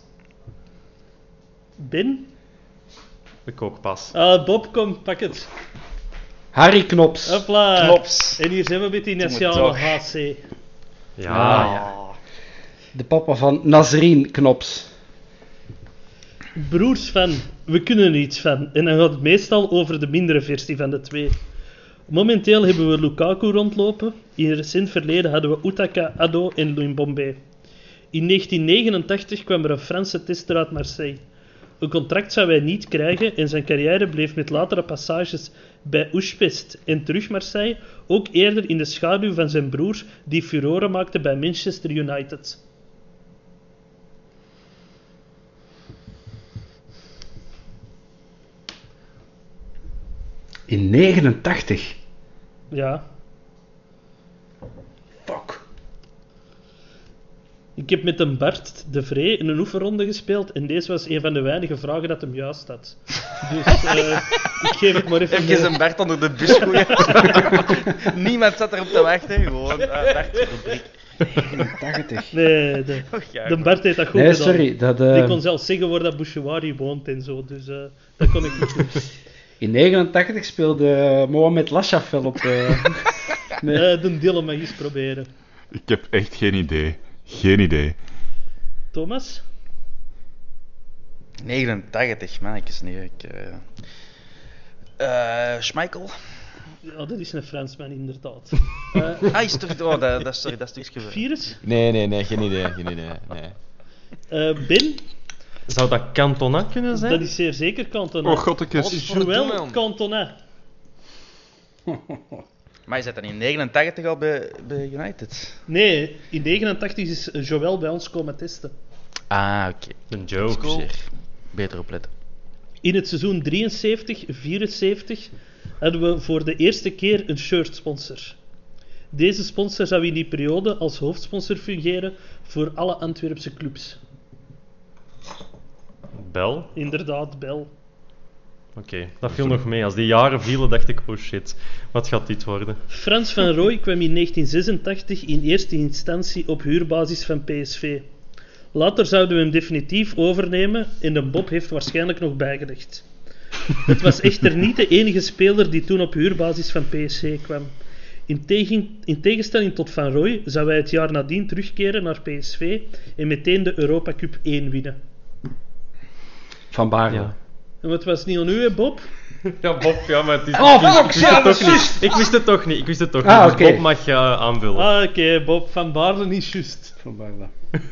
Ben? Ik ook pas. Ah, Bob, kom, pak het. Harry Knops. Hopla. Knops. En hier zijn we met die Toen nationale moet H C. Ja. Ah, ja. De papa van Nazreen Knops. Broers van, we kunnen er iets van. En dan gaat het meestal over de mindere versie van de twee. Momenteel hebben we Lukaku rondlopen. In recent verleden hadden we Utaka, Ado en Lumbombe. In negentien negenentachtig kwam er een Franse tester uit Marseille. Een contract zou hij niet krijgen en zijn carrière bleef met latere passages bij Oespest en terug Marseille ook eerder in de schaduw van zijn broer die furore maakte bij Manchester United. In negenentachtig. Ja. Fuck. Ik heb met een Bart de Vree in een oefenronde gespeeld en deze was een van de weinige vragen dat hem juist had. Dus uh, ik geef het maar even... Even mee. een Bert onder de bus gooien. Niemand zat erop te wachten, gewoon uh, Bert rubriek. negenentachtig. Nee, de, Och, ja, de Bart heeft dat goed Nee, gedaan. sorry. Dat, uh... Die kon zelfs zeggen waar dat Bouchouari woont en zo, dus uh, dat kon ik niet doen. In negenentachtig speelde Mohamed Lachafel op... Uh... nee. uh, de Dylan mag eens proberen. Ik heb echt geen idee. Geen idee. Thomas? negenentachtig, man, ik is niet... Ik, uh... Uh, Schmeichel? Ja, dat is een Fransman, inderdaad. uh, ah, is toch... Oh, dat, dat, sorry, dat stukje... Virus? Nee, nee, nee, geen idee, geen idee, nee. Uh, Ben? Zou dat Cantona kunnen zijn? Dat is zeer zeker Cantona. Oh, godtekes. Joël Cantona. Maar je zit dan in negenentachtig al bij, bij United? Nee, in negenentachtig is Joël bij ons komen testen. Ah, oké. Een joke. Cool. Beter opletten. In het seizoen drieënzeventig vierenzeventig hadden we voor de eerste keer een shirtsponsor. Deze sponsor zou in die periode als hoofdsponsor fungeren voor alle Antwerpse clubs. Bel? Inderdaad, Bel. Oké, okay, dat viel nog mee. Als die jaren vielen, dacht ik, oh shit, wat gaat dit worden? Frans van Rooij kwam in negentien zesentachtig in eerste instantie op huurbasis van P S V. Later zouden we hem definitief overnemen en de Bob heeft waarschijnlijk nog bijgelegd. Het was echter niet de enige speler die toen op huurbasis van P S V kwam. In, tegen, in tegenstelling tot Van Rooij zou hij het jaar nadien terugkeren naar P S V en meteen de Europa Cup één winnen. Van Baarle. Ja. En wat was het niet aan u, hè, Bob? Ja, Bob, ja, maar het is... Oh, ik, fuck, ik, wist ja, het dat toch is niet. ik wist het toch niet. Ik wist het toch ah, niet. Dus okay. Bob mag uh, aanvullen. Ah, oké, okay, Bob. Van Baarle niet juist. Van Baarle.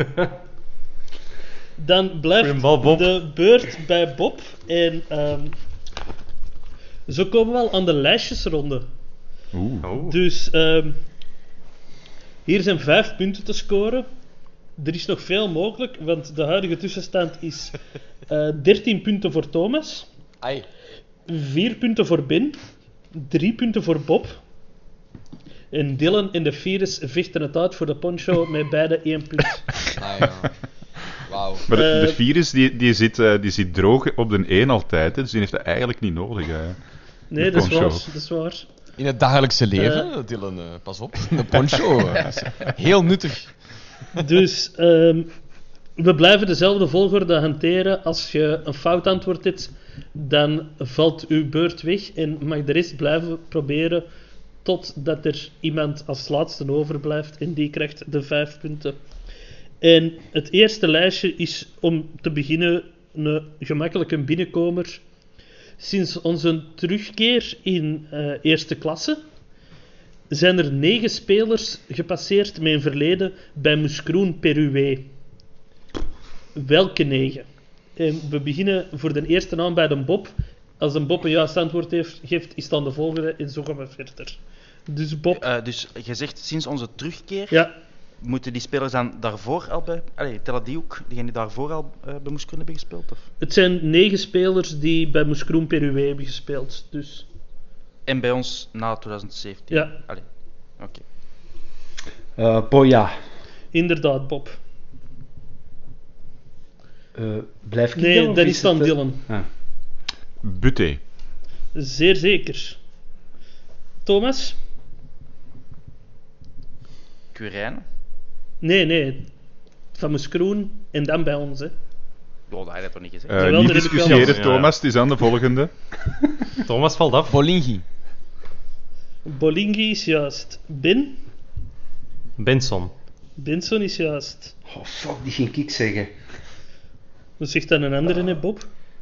Dan blijft de beurt bij Bob. En um, zo komen we al aan de lijstjesronde. Oeh. Oh. Dus um, hier zijn vijf punten te scoren. Er is nog veel mogelijk, want de huidige tussenstand is uh, dertien punten voor Thomas. Ai. vier punten voor Ben. drie punten voor Bob. En Dylan en de Virus vechten het uit voor de poncho met beide één punt. Ah, ja. Wauw. Maar de, de Uh, virus die, die, zit, uh, die zit droog op de één altijd, hè, dus die heeft dat eigenlijk niet nodig. Hè. Nee, dat is waar. Dat is waar. In het dagelijkse leven, uh, Dylan, uh, pas op. De poncho, uh, is heel nuttig. Dus um, we blijven dezelfde volgorde hanteren. Als je een fout antwoord hebt, dan valt uw beurt weg en mag de rest blijven proberen totdat er iemand als laatste overblijft en die krijgt de vijf punten. En het eerste lijstje is om te beginnen een gemakkelijke binnenkomer. Sinds onze terugkeer in uh, eerste klasse zijn er negen spelers gepasseerd met een verleden bij Moeskroen Peruwe. Welke negen? En we beginnen voor de eerste naam bij de Bob. Als een Bob een juist antwoord heeft, geeft, is dan de volgende en zo gaan we verder. Dus Bob... Uh, dus je zegt sinds onze terugkeer... Ja. Moeten die spelers dan daarvoor al bij... Allee, tellen die ook? Diegenen die daarvoor al uh, bij Moeskroen hebben gespeeld? Of? Het zijn negen spelers die bij Moeskroen Peruwe hebben gespeeld. Dus... En bij ons na twintig zeventien? Ja. Allee, oké. Okay. Uh, Boya. Inderdaad, Bob. Uh, blijf ik Nee, dan, dat is dan het, Dylan. Ah. Buté. Zeer zeker. Thomas? Curijn? Nee, nee. Van Moeskroen en dan bij ons, hè. Oh, dat had je toch niet gezegd? Uh, Jawel, niet dat heb ik wel discussiëren, gezegd. Thomas. Het is aan de volgende. Thomas valt af. Bolingi. Bolingi is juist. Ben? Benson. Benson is juist. Oh, fuck, die ging ik zeggen. Wat zegt dan een andere, hè, Bob?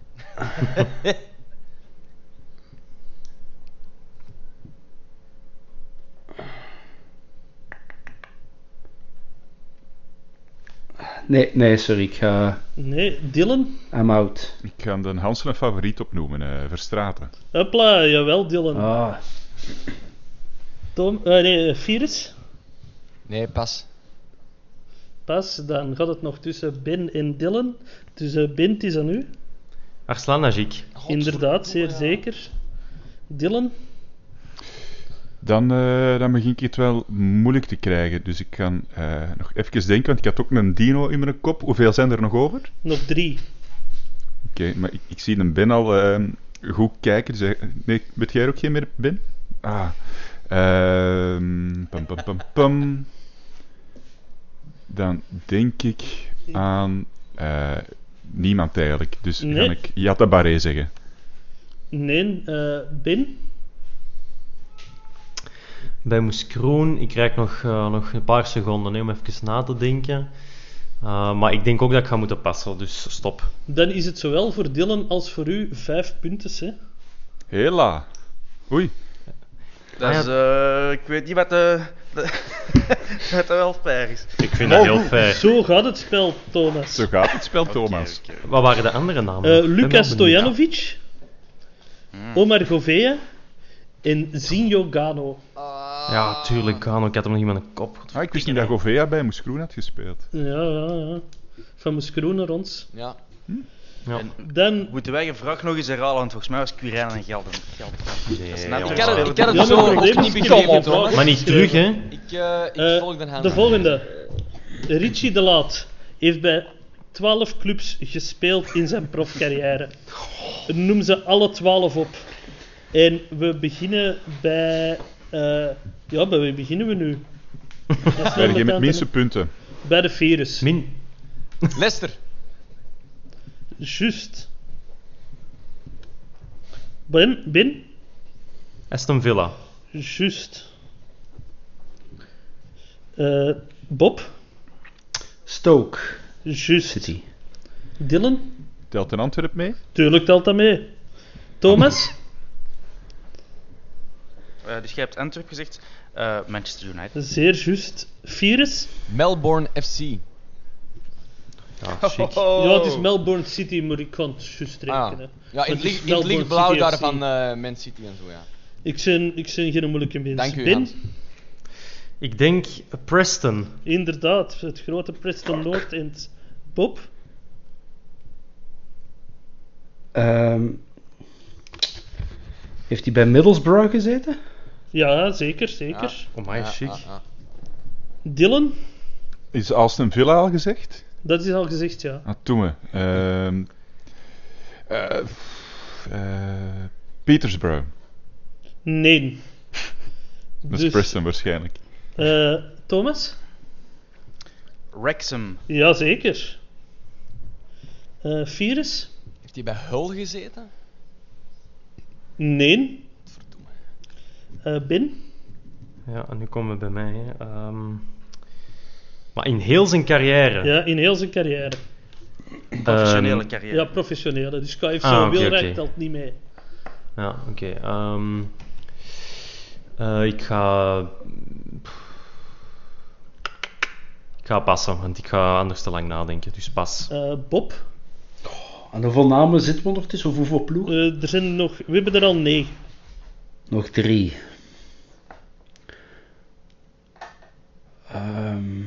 Nee, nee, sorry, ik ga... Nee, Dylan? I'm out. Ik ga de Hansen een favoriet opnoemen, uh, Verstraeten. Hopla, jawel, Dylan. Ah. Tom, uh, nee, Virus? Nee, pas. Pas, dan gaat het nog tussen Ben en Dylan. Dus uh, Ben, het is aan u. Arslan Najik. Inderdaad, zeer zeker. Dylan? Dan, uh, dan begin ik het wel moeilijk te krijgen. Dus ik ga uh, nog even denken, want ik had ook een dino in mijn kop. Hoeveel zijn er nog over? Nog drie. Oké, okay, maar ik, ik zie een Ben al uh, goed kijken. Dus, uh, nee, weet jij er ook geen meer, Ben? Ah. Uh, pam, pam, pam, pam. Dan denk ik aan uh, niemand eigenlijk. Dus Nee. ga ik Yatta Baré zeggen. Nee, uh, Ben? Bij Moeskroen, ik krijg nog, uh, nog een paar seconden hè, om even na te denken. Uh, maar ik denk ook dat ik ga moeten passen, dus stop. Dan is het zowel voor Dylan als voor u vijf punten, hè? Hela. Oei. Dat is, uh, ik weet niet wat de, de wat de welfare is. Ik vind dat heel fair. Zo gaat het spel, Thomas. Zo gaat het spel, Thomas. Okay, okay. Wat waren de andere namen? Uh, Ik ben Luka wel benieuwd. Stojanovic, Mm. Omar Govea en Zinho Gano. Ja, tuurlijk, Gano. Ik had hem nog niet met een kop. Ah, ik wist niet dat Govea bij Moeskroen had gespeeld. Ja, ja, ja. Van Moeskroen naar ons. Ja. Ja. En Dan... moeten wij je vraag nog eens herhalen, want volgens mij was Quirijn en Gelden. Gelden. Nee, Dat is jongen. net Ik had het, ik had het Ja, zo maar het ook probleem niet is, begrepen, ik heb Thomas. het Maar niet terug, hè? Ik, uh, ik Uh, volg de hand. de volgende. Richie de Laat heeft bij twaalf clubs gespeeld in zijn profcarrière. Noem ze alle twaalf op. En we beginnen bij... Uh, ja, bij wie beginnen we nu? Bij degene met de minste punten. Bij de Virus. Min. Leicester. Juist. Ben? Ben? Aston Villa. Juist. Uh, Bob? Stoke Juist. City. Dylan? Telt een Antwerp mee? Tuurlijk telt dat mee. Thomas? Uh, dus jij hebt Antwerp gezegd, uh, Manchester United. Zeer juist. Virus? Melbourne F C. Ja, chic. Ja, het is Melbourne City, maar ik kan het juist Ah, rekenen. ja, in Want het lig- is in het Melbourne lichtblauw City daar F C. van uh, Man City en zo, ja. Ik ben, ik ben geen moeilijke mens. Dank u, Ben? Hans. Ik denk Preston. Inderdaad, het grote Preston Noord en het Bob. Um, heeft hij bij Middlesbrough gezeten? Ja, zeker, zeker. Oh my, Ja, chic. ja, ja. Dylan? Is Aston Villa al gezegd? Dat is al gezegd, ja. Ah, toen we. Ehm uh, uh, Petersburg. Nee. Dat is Dus, Preston waarschijnlijk. eh, Thomas? Wrexham. Jazeker. Eh Virus? Heeft hij bij Hull gezeten? Nee. Eh Ben? Ja, en nu komen we bij mij. Hè. Ehm, maar in heel zijn carrière. Ja, in heel zijn carrière. Professionele Ehm, carrière. Ja, professionele. Dus K F C Ah, oké, Wilrijk oké. telt niet mee. Ja, oké. ehm, eh, ik ga... Ik ga passen, want ik ga anders te lang nadenken. Dus pas. Eh, Bob? Aan hoeveel namen zitten we ondertussen? Of hoeveel ploegen? Eh, er zijn nog... We hebben er al negen. Nog drie. Ehm.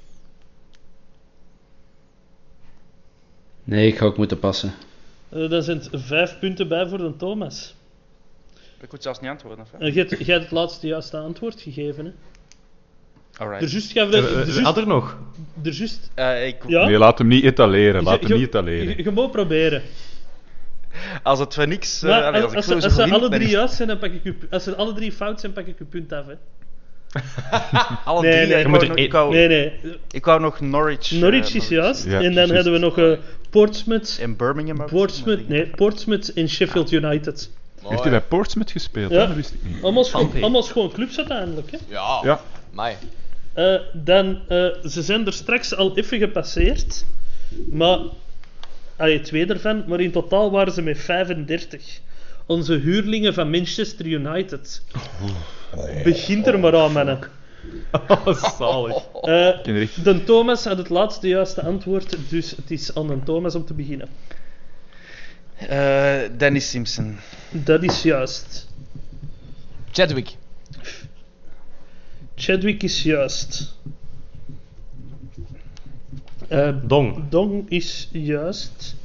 Nee, ik ga ook moeten passen. Eh daar zijn vijf punten bij voor de Thomas. Ik moet zelfs niet antwoorden. Of, hè? Uh, jij hebt jij hebt het laatste juiste antwoord gegeven, hè? Alright. Er juist gaf Eh, dat... eh, er juist- had er nog? er juist... Uh, ik, Ja? Nee, laat hem niet etaleren. Laat Je- hem je- niet etaleren. Je, je moet proberen. Als het voor niks... Uh, Maar allee, als, als, als, ik ze- zo als ze win, alle dan drie is- juist zijn, dan pak ik je... pu- Als ze alle drie fout zijn, pak ik je punt af, hè. Alle Nee, drie. nee. Ik, Je moet wou er nog, één- ik, wou, Nee, nee. ik wou nog Norwich... eh, Norwich is juist. Ja, en dan juist. hadden we nog uh, Portsmouth... In Birmingham. ook. Portsmouth... Nee, Portsmouth en Sheffield United. Heeft hij bij Portsmouth gespeeld? Ja. hè? Dat wist ik niet. Allemaal, scho- Vampé. allemaal gewoon clubs uiteindelijk, hè. Ja. Ja. Mai. Eh, dan, eh, ze zijn er straks al even gepasseerd. Maar... Allee, twee ervan. Maar in totaal waren ze met vijfendertig. Onze huurlingen van Manchester United. Begint er maar aan, mannen. Oh, zalig. Eh, ken er echt- de Thomas had het laatste juiste antwoord. Dus het is aan de Thomas om te beginnen. Uh, Dennis Simpson. Dat is juist. Chadwick. Chadwick is juist. Eh, Dong. Dong is juist.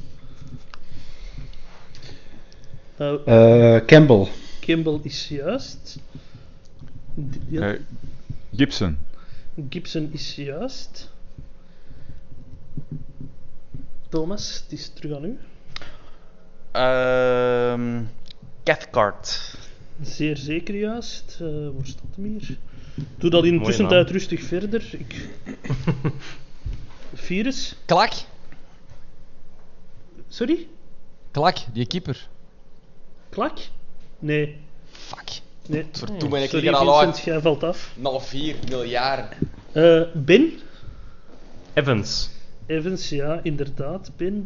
Eh, Eh, Campbell. Campbell is juist. D- ja, Eh, Gibson. Gibson is juist. Thomas, het is terug aan u. Ehm Cathcart. Zeer zeker juist. Eh waar staat hem hier? Doe dat in de Mooie tussentijd naam. rustig verder. Ik... Virus. Klak. Sorry? Klak, die keeper. Klak? Nee. Fuck. Nee. Verdomme, ik Sorry, er al Vincent, uit. jij valt af. Nou, vier miljard. Uh, Ben? Evans. Evans, ja, inderdaad. Ben.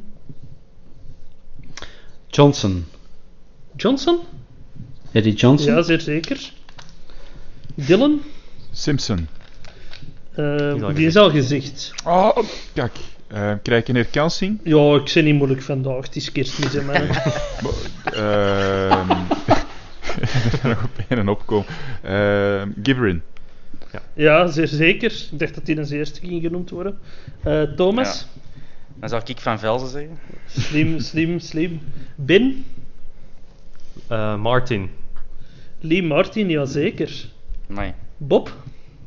Johnson. Johnson? Eddie Johnson? Ja, zeer zeker. Dylan? Simpson. Uh, die is al gezegd. Oh, kijk. Uh, krijg ik een herkansing? Ja, ik ben niet moeilijk vandaag. Het is kerstmis, hè, man. Ehm er nog op één opkomen. Uh, Giverin. Ja. ja, zeer zeker. Ik dacht dat hij als eerste ging genoemd worden. Uh, Thomas? Ja. Dan zou ik Van Velzen zeggen. Slim, slim, slim. Ben? Uh, Martin. Lee Martin, ja zeker. Nee. Bob?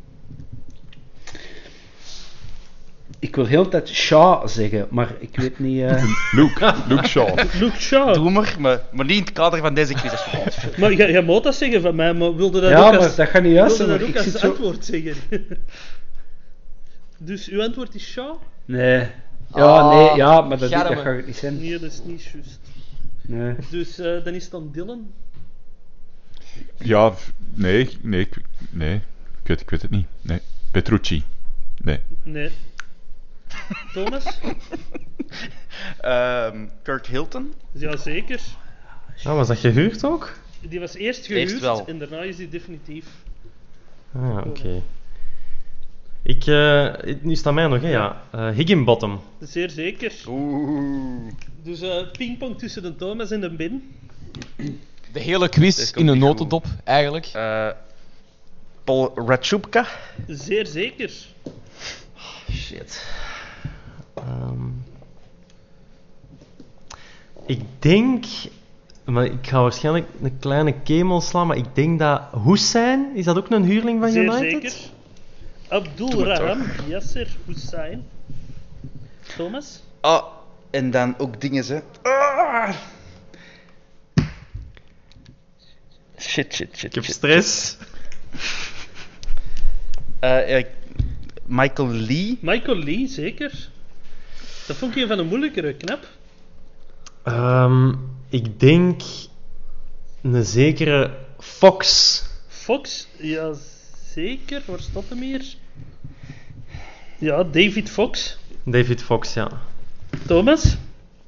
Ik wil heel de tijd Shaw zeggen, maar ik weet niet... Uh... Luke. Luke Shaw. Luke Shaw. Doe maar, maar, maar niet in het kader van deze quiz. Maar jij, jij moet dat zeggen van mij, maar wilde dat ja, ook maar als, dat gaat niet juist wilde zijn, dat ook ik als zit zo... antwoord zeggen? Dus uw antwoord is Shaw? Nee. Ja, oh, nee, ja, maar dat, dat me. gaat niet zijn. Nee, dat is niet juist. Nee. Dus uh, dan is het dan Dylan? Ja, nee, nee, ik, nee. Ik weet, ik weet het niet. Nee. Petrucci. Nee. Nee. Thomas? um, Kirk Hilton? Ja, zeker. Ah, was dat gehuurd ook? Die was eerst Eerst gehuurd wel. en daarna is hij definitief. Ah, oké. Okay. Ik, uh, nu staat mij nog, hè, ja. Uh, Higginbottom. Zeer zeker. Oeh. Dus uh, pingpong tussen de Thomas en de Ben. De hele quiz in een notendop, eigenlijk. Uh, Paul Ratschupka? Zeer zeker. Oh, shit. Um, ik denk... Maar ik ga waarschijnlijk een kleine kemel slaan, maar ik denk dat Hussein, is dat ook een huurling van Zeer United? zeker. Abdul Raham Yasser Hussein. Thomas? Ah, en dan ook dingen, hè. Ah. Shit, shit, shit. Ik heb shit, stress. Uh, ja, Michael Lee? Michael Lee, zeker. Dat vond ik een van de moeilijkere, knap. Um, ik denk een zekere Fox. Fox, ja zeker. Waar staat hem hier? Ja, David Fox. David Fox, ja. Thomas?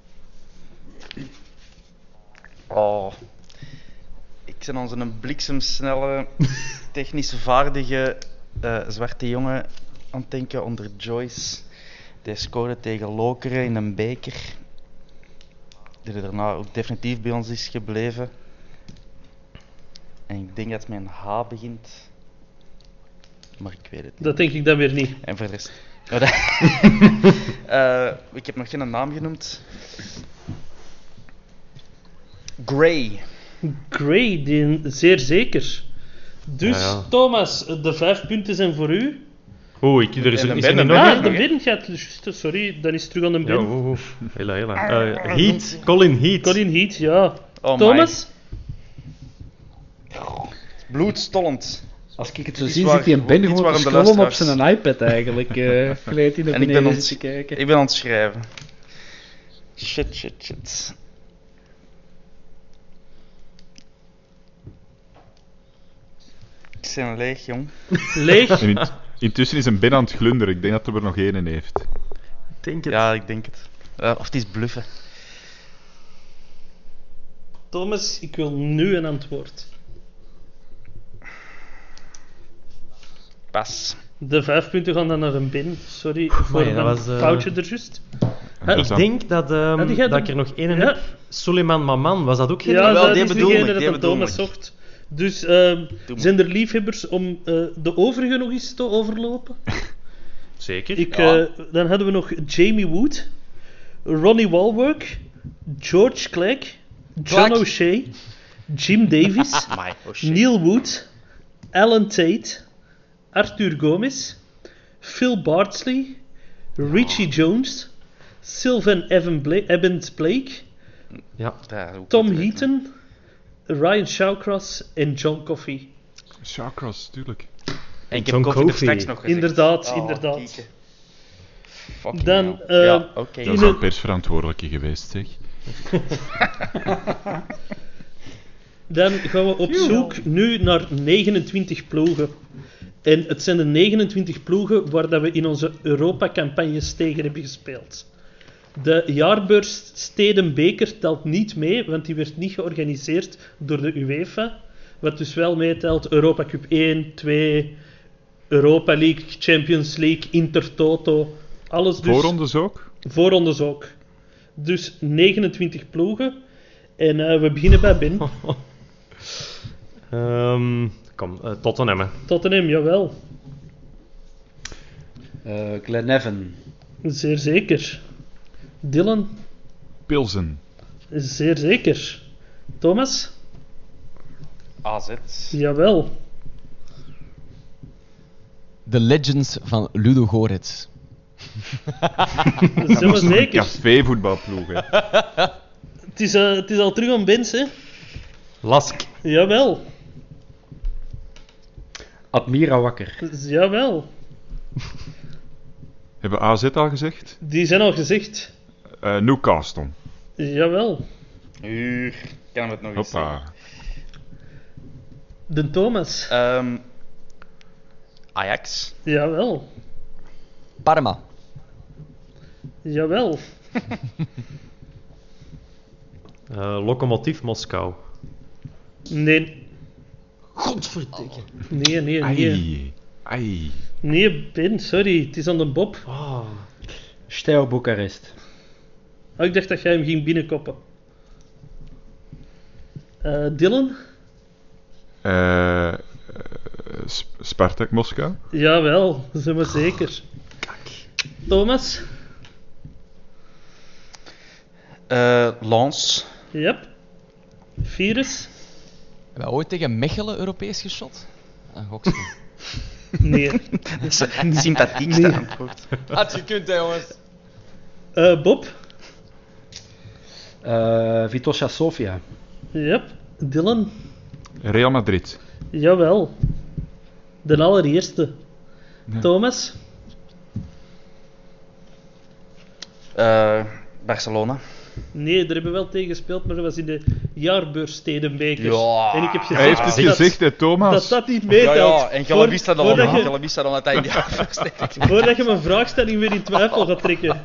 Oh. Ik ben onze een bliksemsnelle, technisch vaardige uh, zwarte jongen aan het denken onder Joyce. Die scoorde tegen Lokeren in een beker. Die er daarna ook definitief bij ons is gebleven. En ik denk dat het met een H begint. Maar ik weet het niet. Dat denk ik dan weer niet. En voor de rest... uh, ik heb nog geen naam genoemd. Gray. Gray, die, zeer zeker. Dus, Ja, ja. Thomas, de vijf punten zijn voor u. Oeh, ik, er is, En er, de is er Ben, nog Ah, één. de Ben gaat juist. Sorry, dan is het terug aan de Ja, Ben. oeh, oeh. Hela, hela. Uh, Heat, Colin Heat. Colin Heat, ja. Oh Thomas? Bloedstollend. Als ik het zo Iets zie, waar- zit hij een Ben iets gewoon waar te hem de scrollen op luisteraars- zijn iPad eigenlijk. Uh, Glijdt hij naar En ik ben, beneden aan zitten het, kijken. ik ben aan het schrijven. Shit, shit, shit. Ik ben leeg, jong. Leeg. En in, intussen is een Ben aan het glunderen. Ik denk dat hij er nog één heeft. Denk het. Ja, ik denk het. Uh, of het is bluffen. Thomas, ik wil nu een antwoord. Pas. De vijf punten gaan dan naar een Ben. Sorry voor dat mijn was, uh, foutje er juist. En Ik dan- denk dat, um, Had jij dat de- ik er nog één Ja. heb. Suleiman Maman, was dat ook geen? Ja, wel, dat die is bedoel degene ik, dat die dat bedoel Thomas ik. zocht. Dus uh, maar. zijn er liefhebbers om uh, de overige nog eens te overlopen? Zeker. Ik, Ja. uh, dan hadden we nog Jamie Wood, Ronnie Wahlberg, George Clegg, John Clegg. O'Shea, Jim Davis, Amai, oh shit. Neil Wood, Alan Tate, Arthur Gomez, Phil Bardsley, Richie Jones, Sylvan Evan Bla- Evans Blake, Ja. Daar, hoe Tom moet ik het Heaton, Ryan Shawcross en John Coffey. Shawcross, tuurlijk. En ik John heb Koffie er Kofi. straks nog gezegd. Inderdaad, Oh, inderdaad. kieken. Fucking Dan, hell. eh, ja, oké. Dat in is een- een persverantwoordelijke geweest, zeg. Dan gaan we op zoek nu naar negenentwintig ploegen. En het zijn de negenentwintig ploegen waar dat we in onze Europa-campagnes tegen hebben gespeeld. De jaarbeurs Stedenbeker telt niet mee, want die werd niet georganiseerd door de UEFA. Wat dus wel meetelt Europa Cup één, twee, Europa League, Champions League, Intertoto. Alles dus. Voorrondes ook? Voorrondes ook. Dus negenentwintig ploegen. En eh, we beginnen bij Ben. Um, kom, uh, Tottenham. Hè. Tottenham, jawel. Uh, Glenavon. Zeer zeker. Dylan? Pilsen. Zeer zeker. Thomas? A Z. Jawel. The Legends van Ludo Gorets. Dat zijn we Een zeker. cafévoetbalploeg, hè. Het is, uh, het is al terug aan Bens, hè? Lask. Jawel. Admira Wakker. Jawel. Hebben A Z al gezegd? Die zijn al gezegd. Uh, Newcastle. Jawel. Uur. Kan we het nog eens Hoppa. De Thomas. zeggen? Um, Ajax. Jawel. Parma. Jawel. Uh, Lokomotief Moskou. Nee. Godverdikke. Nee, nee, nee. Ai. Ai. Nee, Ben, sorry. Het is aan de Bob. Oh. Steaua Boekarest. Oh, ik dacht dat jij hem ging binnenkoppen. Uh, Dylan? Uh, uh, Sp- Spartak Moskou. Jawel, zijn we zeker. Thomas? Uh, Lens. Yep. Virus? Hebben we ooit tegen Mechelen Europees geschot? Een gokje. Nee. Dat is het sympathiekste Nee. antwoord. Had je kunt, hè, jongens. Uh, Bob? Uh, Vitosha Sofia. Yep. Dylan? Real Madrid. Jawel. De allereerste. Nee. Thomas? Uh, Barcelona. Nee, daar hebben we wel tegen gespeeld, maar dat was in de jaarbeurs Stedenbeker. Ja. En ik heb gezegd Hij heeft het dat, gezegd, hè, Thomas. dat dat niet Ja, meetelt. ja, en Voor- Gala Vista dan voordat al. je- Gala Vista dan uiteindelijk. Ja, versterkt. Voordat je mijn vraagstelling weer in twijfel gaat trekken.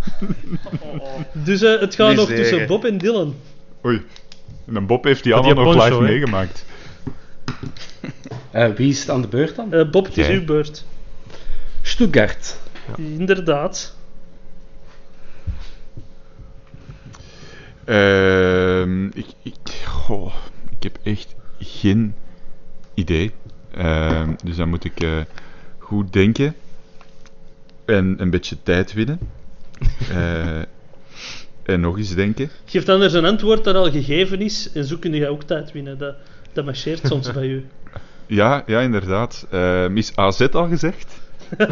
Dus uh, het gaat nog Misère. tussen Bob en Dylan. Oei. En een Bob heeft die Met allemaal die nog poncho, live hè. meegemaakt. Uh, wie is het aan de beurt dan? Uh, Bob, het is Jij. uw beurt. Stuttgart. Inderdaad. Ehm ik, ik, goh, ik heb echt geen idee. Ehm, dus dan moet ik eh, goed denken. En een beetje tijd winnen. Eh, en nog eens denken. Geef anders een antwoord dat al gegeven is en zo kun je ook tijd winnen. Dat, dat marcheert soms bij u. Ja, ja inderdaad. Ehm, is A Z al gezegd?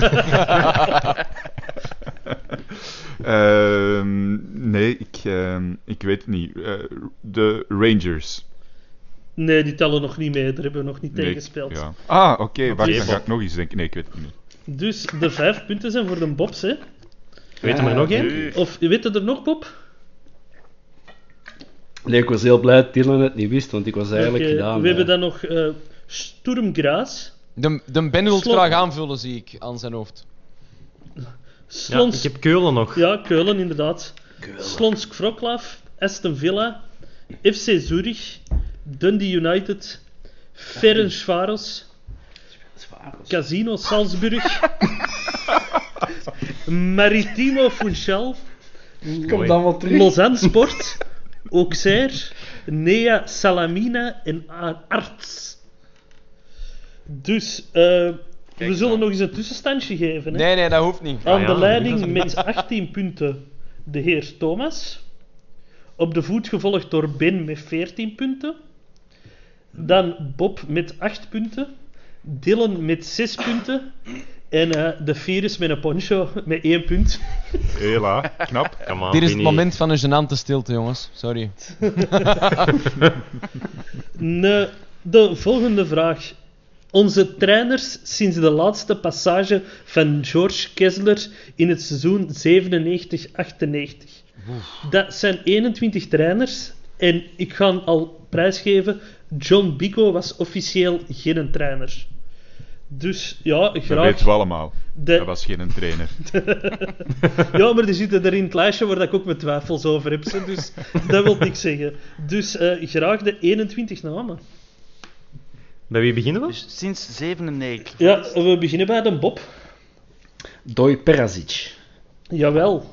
Ehm, nee, ik, ehm, ik weet het niet. Eh, de Rangers. Nee, die tellen nog niet mee. Daar hebben we nog niet tegen Nee, gespeeld. ja. Ah, oké. wacht, Oké, dan ga Bob. ik nog eens denken. Nee, ik weet het niet. Dus de vijf punten zijn voor de Bobs, hè? Weet je er nog één? Of weet je er nog, Bob? Nee, ik was heel blij dat Dylan het niet wist, want ik was eigenlijk Oké, gedaan. we hè. hebben dan nog uh, Sturm Graz. De, de Ben wil Slot- graag aanvullen, zie ik, aan zijn hoofd. Ja, Slons... ik heb Keulen nog. Ja, Keulen, inderdaad. Slonsk Wroclaw, Aston Villa, F C Zurich, Dundee United, Ferencváros, Casino Salzburg, Maritimo Funchal, Komt dan wel terug. Lausanne Sport, Auxerre, Nea Salamina en A- Arts. Dus, eh, we zullen nog eens een tussenstandje geven. Hè? Nee, nee, dat hoeft niet. Aan Ah, ja, de leiding dat is- met achttien punten de heer Thomas. Op de voet gevolgd door Ben met veertien punten. Dan Bob met acht punten. Dylan met zes punten. En eh, de virus met een poncho met één punt. Hela, knap. Come on, Dit is het Vinnie. moment van een gênante stilte, jongens. Sorry. Ne, de volgende vraag Onze trainers sinds de laatste passage van George Kessler in het seizoen zevenennegentig achtennegentig. Dat zijn eenentwintig trainers en ik ga al prijsgeven, John Bico was officieel geen trainer. Dus ja, graag... Dat weten we allemaal. De... Dat was geen trainer. Ja, maar die zitten er in het lijstje waar ik ook mijn twijfels over heb. Zo. Dus dat wil ik zeggen. Dus uh, graag de eenentwintig namen. Bij wie beginnen we? Dus sinds zevenennegentig. Ja, we beginnen bij de Bob. Doj Perazic. Jawel.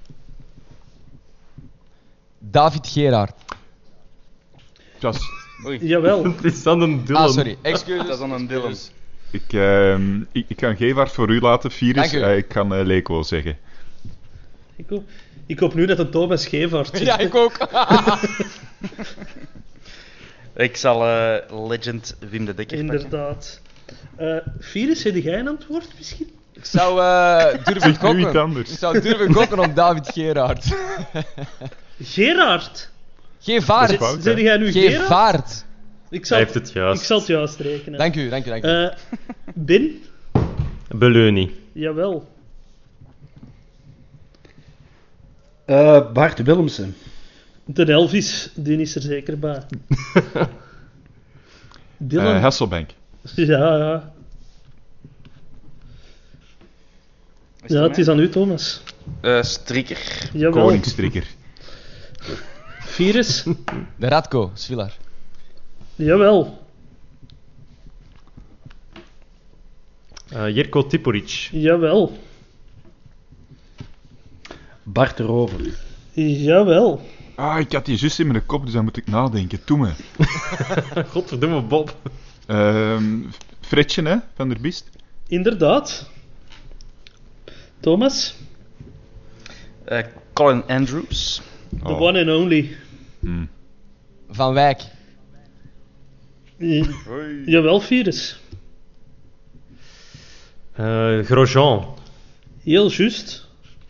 David Gerard. Dat is... Oei. Jawel. Het is dan een Dylan. Ah, sorry. Excuses. Dat is dan een Dylan. Ik, uh, ik, ik kan Gevaert voor u laten, Virus. Dank u. Uh, ik kan uh, Leko zeggen. Ik hoop, ik hoop nu dat het Thomas Gevaert is. Ja, ik ook. Ik zal uh, Legend Wim de Dekker pakken. Inderdaad. Uh, Virus, heb jij een antwoord misschien? Ik zou uh, durven Zeg nu iets gokken. anders. Ik zou durven gokken op David Gerard. Gerard? Gevaart. fout, Zeg hè? jij nu Gerard? Gevaart. Ik zal, Hij heeft het juist. Ik zal het juist rekenen. Dank u, dank u, dank u. Uh, Ben? Beleuni. Jawel. Uh, Bart Willemsen. De Elvis, die is er zeker bij. Dylan? Uh, Hasselbank. Ja, ja. Is Ja, het het is aan u, Thomas. uh, Strikker. Jawel. Koningstrikker. Virus? De Radko, Svilar. Jawel. Uh, Jerko Tiporic. Jawel. Bart de Rover. Jawel. Ah, ik had die zus in mijn kop, dus dan moet ik nadenken. Doe me. Godverdomme, Bob. Ehm Fredje, hè, van der Biest. Inderdaad. Thomas? Uh, Colin Andrews. The Oh. one and only. Hmm. Van Wijk. J- Jawel, Virus. Uh, Grosjean. Heel juist.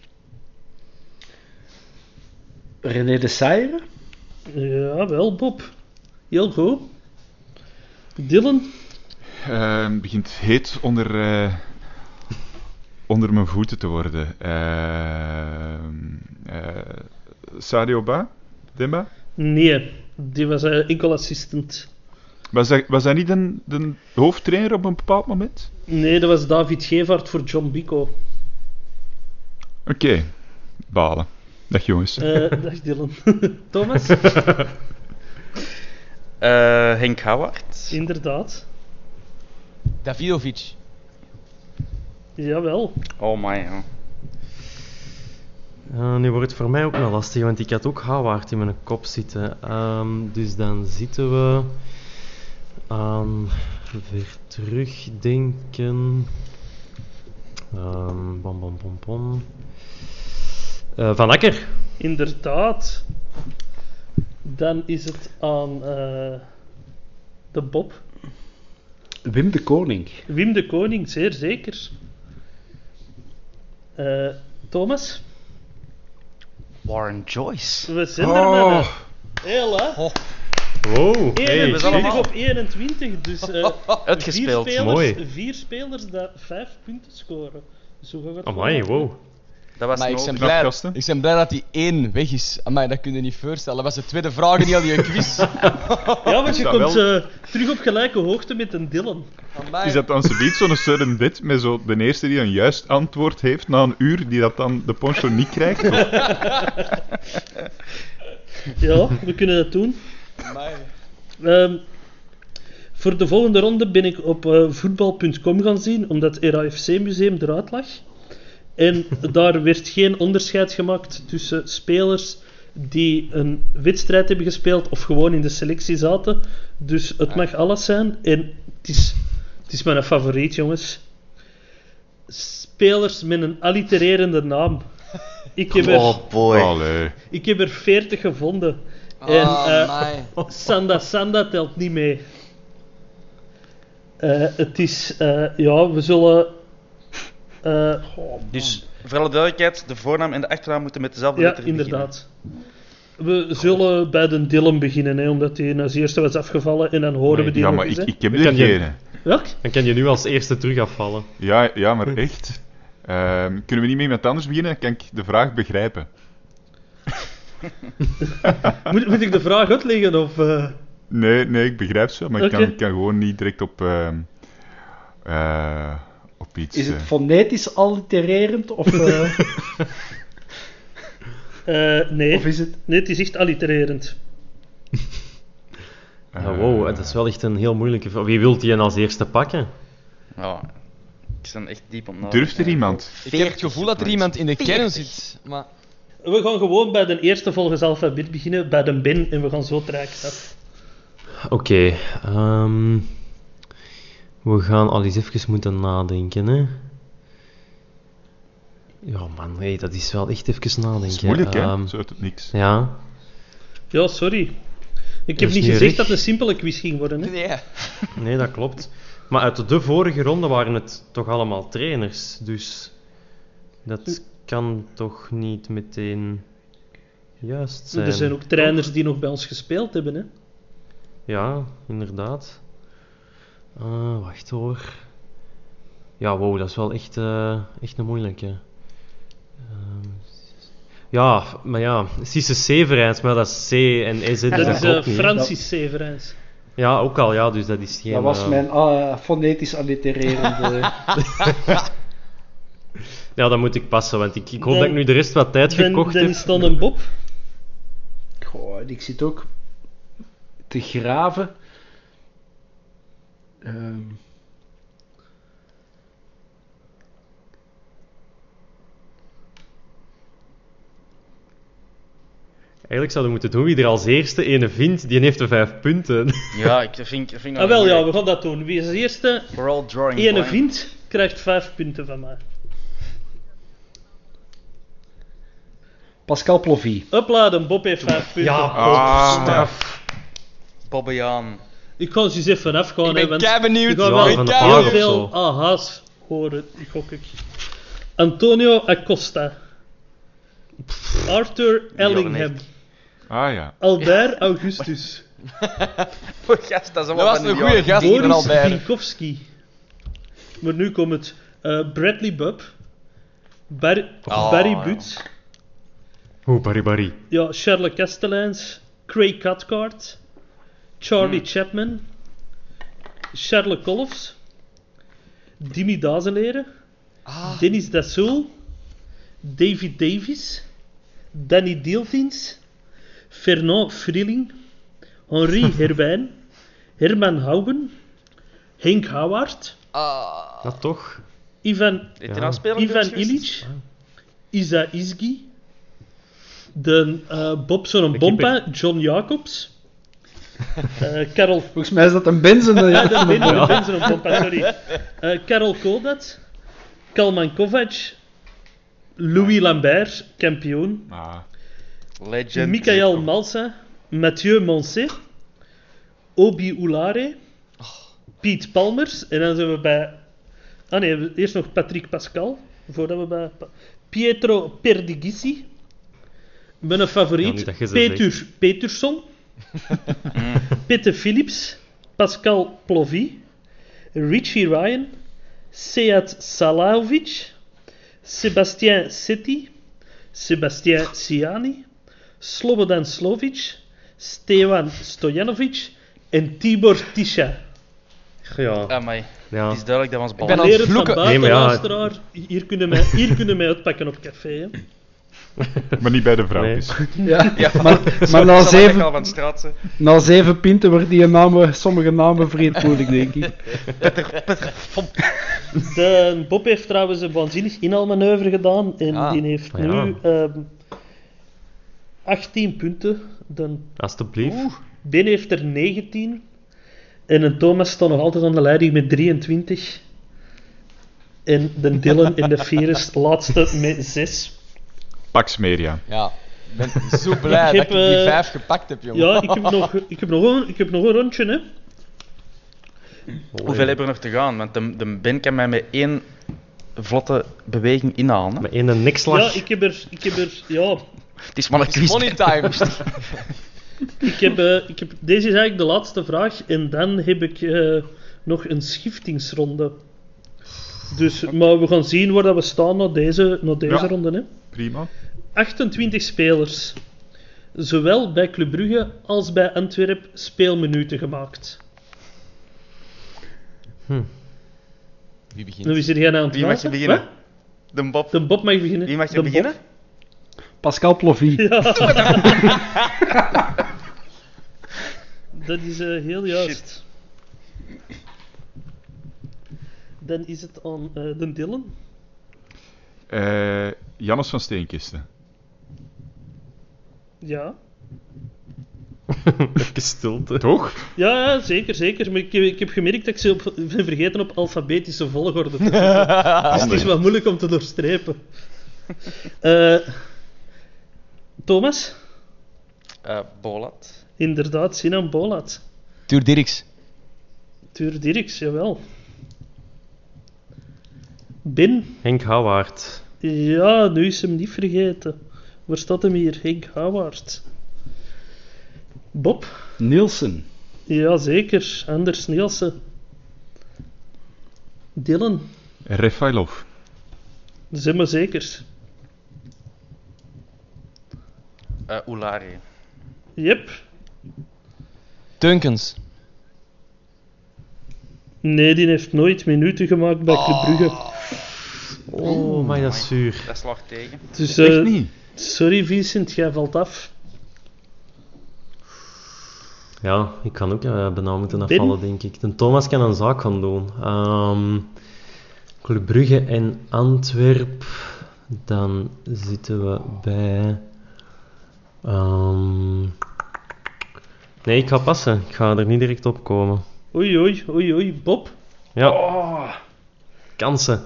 René de Saire. Jawel, Bob. Heel goed. Dylan? Ehm, begint heet onder, eh, onder mijn voeten te worden. Ehm eh, Sadio Ba? Demba? Nee, die was uh, enkel assistent. Was dat, was dat niet de, de hoofdtrainer op een bepaald moment? Nee, dat was David Gevaert voor John Bico. Oké, okay. Balen. Dag jongens. Uh, dag Dylan. Thomas? Uh, Henk Howard. Inderdaad. Davidovic. Jawel. Oh my, ja. Uh, nu wordt het voor mij ook nog lastig, want ik had ook Howard in mijn kop zitten. Um, dus dan zitten we aan weer terugdenken. Um, bom, bom, bom, bom. Uh, Van Akker. Inderdaad. Dan is het aan uh, de Bob. Wim de Koning. Wim de Koning, zeer zeker. Uh, Thomas? Warren Joyce. We zijn er Oh. met heel hè? Oh. Wow, hey, eenentwintig allemaal- op eenentwintig, dus uh, Uitgespeeld. Vier spelers, Mooi. vier spelers dat vijf punten scoren. Zo gaat het Amai, vooruit. wow. Dat was Maar ik nog- ben, knap, blij, gasten. ik ben blij dat die één weg is. Amai, dat kun je niet voorstellen. Dat was de tweede vraag in heel die quiz. Ja, want je Dat komt wel. uh, terug op gelijke hoogte met een Dylan. Amai. Is dat dan zoiets, zo'n sudden death met zo de eerste die een juist antwoord heeft na een uur, die dat dan de poncho niet krijgt? Of? Ja, we kunnen dat doen. Amai. Um, voor de volgende ronde ben ik op uh, voetbal punt com gaan zien, omdat het R A F C-museum eruit lag. En daar werd geen onderscheid gemaakt tussen spelers die een wedstrijd hebben gespeeld of gewoon in de selectie zaten. Dus het mag alles zijn. En het is, het is mijn favoriet, jongens. Spelers met een allitererende naam. Ik heb er, Oh boy. Allee. ik heb er veertig gevonden. En Ah, uh, amai. Sanda Sanda telt niet mee. Uh, het is, uh, ja, we zullen. Uh, oh, Dus voor alle duidelijkheid, de voornaam en de achternaam moeten met dezelfde ja, letter beginnen. inderdaad. We zullen bij de Dylan beginnen, hè, omdat hij als eerste was afgevallen en dan horen we die Ja, nog maar eens. ik, hè. ik heb Ik er kan die- geen. Welk? Dan kan je nu als eerste terug afvallen. Ja, ja maar echt. Ehm, kunnen we niet met iemand anders beginnen? Dan kan ik de vraag begrijpen. moet, moet ik de vraag uitleggen of... Uh... Nee, nee, ik begrijp ze, maar okay. ik, kan, ik kan gewoon niet direct op, uh, uh, op iets... Is het fonetisch allitererend of... Uh... uh, nee. Of is het... nee, het is echt allitererend. Ja, wow, dat is wel echt een heel moeilijke vraag. Wie wilt die als eerste pakken? Ja, ik sta echt diep op na. Durft er iemand? Ik heb het gevoel dat er iemand in de kern zit, maar... We gaan gewoon bij de eerste volgens alfabet beginnen, bij de Ben, en we gaan zo traject af. Oké, okay, um, we gaan al eens even moeten nadenken, hè. Ja man, nee, dat is wel echt even nadenken. Dat is moeilijk, hè? Um, Zo uit het niks. Ja. Ja, sorry. Ik heb niet gezegd recht. dat het een simpele quiz ging worden, hè? Nee. Nee, dat klopt. Maar uit de vorige ronde waren het toch allemaal trainers, dus dat kan toch niet meteen juist zijn. Er zijn ook trainers die nog bij ons gespeeld hebben, hè? Ja, inderdaad. Uh, wacht hoor. Ja, wow, dat is wel echt, uh, echt een moeilijke. Uh, ja, maar ja, Cisse Severijns, maar dat is C en S. Dat, dat is uh, Francis Severijns. Ja, ook al, ja, dus dat is geen... Dat was uh... mijn uh, fonetisch allitererende... Ja, dan moet ik passen, want ik, ik hoop dan, dat ik nu de rest wat tijd dan, gekocht dan heb. Dan is dan een Bob. Goh, ik zit ook te graven. Um... Eigenlijk zouden we moeten doen wie er als eerste ene vindt, die heeft er vijf punten. Ja, ik vind, ik vind dat... Ah, wel, ja, we gaan dat doen. Wie als eerste ene blind. vindt, krijgt vijf punten van mij. Pascal Plovy. Opladen, Bob heeft vijf punten. Ja, Bob. Ah. Bobbejaan. Ik ga ze eens even afgaan. Ik ben want kei benieuwd. Ik ga Ja, wel van de heel paar of veel zo. aha's horen, gok ik. Antonio Acosta. Arthur Ellingham. Ah ja. Albert Augustus. Gast, dat, is dat was een goede gast, Boris Albert. Binkowski. Maar nu komt het. Uh, Bradley Bubb. Bar- oh, Barry ja. Butts. Oeh, Barry Barry. Ja, Charles Castellans. Craig Cathcart. Charlie Hmm. Chapman. Charles Kolfs. Dimi Dazeleren. Ah. Dennis Dassoul. David Davies. Danny Deelvins. Fernand Frilling. Henri Herwijn. Herman Houben. Henk Houwaard. Ah. Dat toch? Ivan, Ja. Ivan Illich. Isa Isgi. De uh, Bob zo'n Bompa. John Jacobs. Uh, Karel... Volgens mij is dat een benzen. Ja, dat ben een benzen op Bompa, sorry. Uh, Karel Kodat. Kalman Kovac. Louis Lambert, kampioen. Ah. Legend. Michael Malsa. Mathieu Moncet. Obi Oulare. Piet Palmers. En dan zijn we bij... Ah nee, eerst nog Patrick Pascal. Voordat we bij... Pietro Perdigissi. Mijn favoriet. Ja, dat Peter Petersson. Peter Philips. Pascal Plovy. Richie Ryan. Sead Salahovic. Sebastien Setti. Sebastien Siani. Slobodan Slovic. Stevan Stojanovic. En Tibor Tisha. Ja. Amai. Ja. Het is duidelijk dat we ons Ik ben bal... aan het Leren van vloeken. Nee, maar ja. buitenluisteraar. Hier kunnen mij, hier kunnen mij uitpakken op café. Hè. Maar niet bij de vrouwtjes. Ja, Ja, maar, maar na, al zeven, van straat, hè. na zeven pinten wordt die namen, sommige namen vreemd moeilijk, denk ik. De Bob heeft trouwens een waanzinnig inhaalmanoeuvre gedaan. En Ah. die heeft Ah, ja. nu um, achttien punten. De Alsjeblieft. Ben heeft er negentien. En een Thomas staat nog altijd aan de leiding met drieëntwintig. En de Dylan en de Virus laatste met zes. Pax Media. Ja, ik ben zo blij Ik dat heb, ik die uh, vijf gepakt heb, jongen. Ja, ik heb nog, ik heb nog, een, ik heb nog een rondje, hè. Hoeveel hebben er nog te gaan? Want de, de Ben kan mij met één vlotte beweging inhalen. Hè? Met één nekslag. Ja, ik heb er... Ik heb er ja, Het is maar een Het quiz. is money time. ik heb, uh, ik heb... Deze is eigenlijk de laatste vraag. En dan heb ik uh, nog een schiftingsronde. Dus, maar we gaan zien waar dat we staan na deze, na deze Ja. ronde. Hè. Prima. achtentwintig spelers. Zowel bij Club Brugge als bij Antwerp speelminuten gemaakt. Hm. Wie begint? Nu is er geen aan het Wie mag je praten. beginnen? Wat? De Bob. De Bob mag beginnen. Wie mag je De beginnen? Pascal Plovy. Bob. Dat is uh, heel juist. Dan is het aan uh, de Dylan. Uh, Jannes van Steenkisten. Ja. Even stilte. Toch? Ja, ja, zeker, zeker. Maar ik, ik heb gemerkt dat ik ze op, ben vergeten op alfabetische volgorde te zetten. Dus het is wel moeilijk om te doorstrepen. Uh, Thomas? Uh, Bolat. Inderdaad, Sinan Bolat. Tuur Dirks. Tuur Dirks, jawel. Ben? Henk Houwaard. Ja, nu is hem niet vergeten. Waar staat hem hier? Henk Houwaard. Bob? Nielsen. Ja, zeker. Anders Nielsen. Dylan? Refailov. Zeg maar zeker. Uh, Oulari. Yep. Teunkens. Nee, die heeft nooit minuten gemaakt bij Club Brugge. Oh, maar dat is zuur. Dat slaagt tegen. Dus, Echt uh, niet. sorry Vincent, jij valt af. Ja, ik kan ook uh, bijna moeten Ben? afvallen, denk ik. De Thomas kan een zaak gaan doen. Um, Club Brugge en Antwerp. Dan zitten we bij... Um... Nee, ik ga passen. Ik ga er niet direct op komen. Oei, oei, oei, oei. Bob? Ja. Oh. Kansen.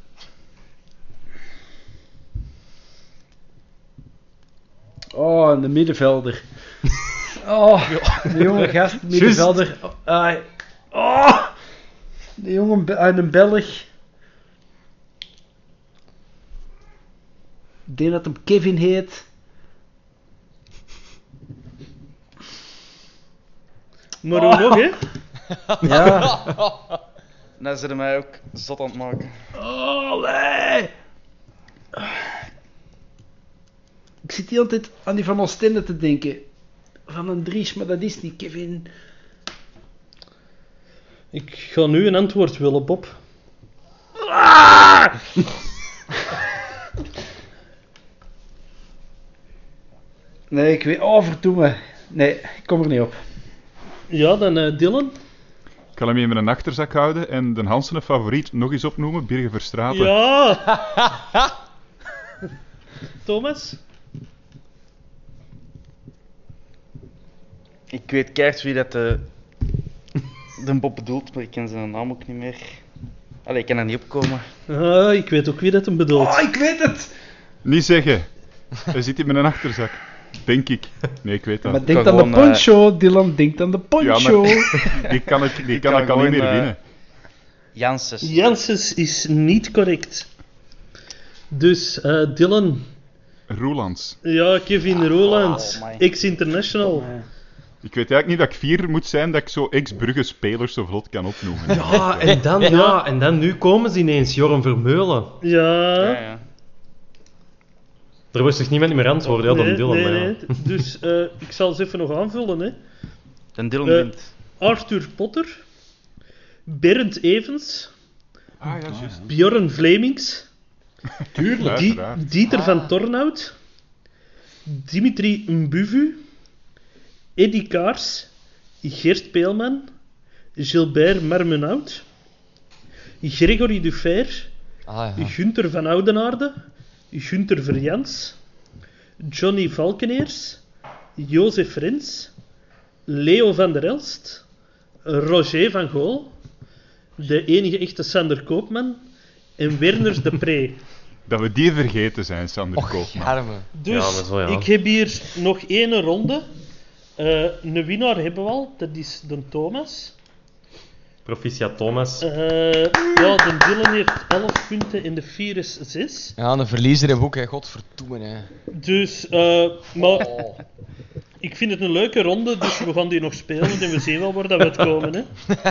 Oh, en de middenvelder. Oh, de jonge gast, middenvelder. Uh, oh, de jongen Be- uit een Belg. Ik denk dat hem Kevin heet. Maar hoe nog, hè? Ja. Nou zitten mij ook zot aan het maken. Oh, nee. Ik zit hier altijd aan die van Oostende te denken. Van een Dries, maar dat is niet Kevin. Ik ga nu een antwoord willen, Bob. Ah! Nee, ik weet... Oh, verdomme. Nee, ik kom er niet op. Ja, dan uh, Dylan. Ik kan hem in mijn achterzak houden en de Hansen favoriet nog eens opnoemen, Birger Verstraeten. Ja! Thomas? Ik weet keihard wie dat de, de Bob bedoelt, maar ik ken zijn naam ook niet meer. Allee, ik kan er niet op komen. Ah, ik weet ook wie dat hem bedoelt. Oh, ik weet het! Niet zeggen. Hij zit in mijn achterzak. Denk ik. Nee, ik weet dat. Maar denk kan aan de gewoon, poncho, Dylan. Denk aan de poncho. Ja, maar die kan ik, die kan kan ik al niet gewoon, meer uh, winnen. Janssens. Janssens is niet correct. Dus, uh, Dylan. Roelands. Ja, Kevin Roland. Oh, my. Ex-international. Ik weet eigenlijk niet dat ik fier moet zijn dat ik zo ex-Brugge-spelers zo vlot kan opnoemen. Ja, en dan, ja, en dan nu komen ze ineens, Jorm Vermeulen. Ja. Ja, ja. Er was toch niemand meer antwoorden, ja, dan nee, Dylan. nee, maar ja. nee. Dus, uh, ik zal ze even nog aanvullen, hè. De Dylan Uh, wint. Arthur Potter. Bernd Evans. Ah, ja, juist. Bjorn Vlemings. Tuurlijk. Die, Uiteraard. Dieter van Tornhout. Dimitri Mbuvu. Eddy Kaars. Gert Peelman. Gilbert Marmenhout. Gregory Dufer. Ah, ja. Gunther van Oudenaarde. Gunther Verjans. Johnny Valkeneers. Jozef Rens. Leo van der Elst. Roger van Gool. De enige echte Sander Koopman. En Werner de Pre. Dat we die vergeten zijn, Sander Och, Koopman. arme. Dus Ja, maar zo, ja. ik heb hier nog één ronde. Uh, een winnaar hebben we al. Dat is de Thomas. Proficiat Thomas. Uh, ja, de Dylan heeft elf punten en de vier is zes. Ja, een verliezer heb ook, hè. Godverdomme, hè. Dus, uh, maar Oh. ik vind het een leuke ronde, dus we gaan die nog spelen en we zien wel waar dat we uitkomen. Hè.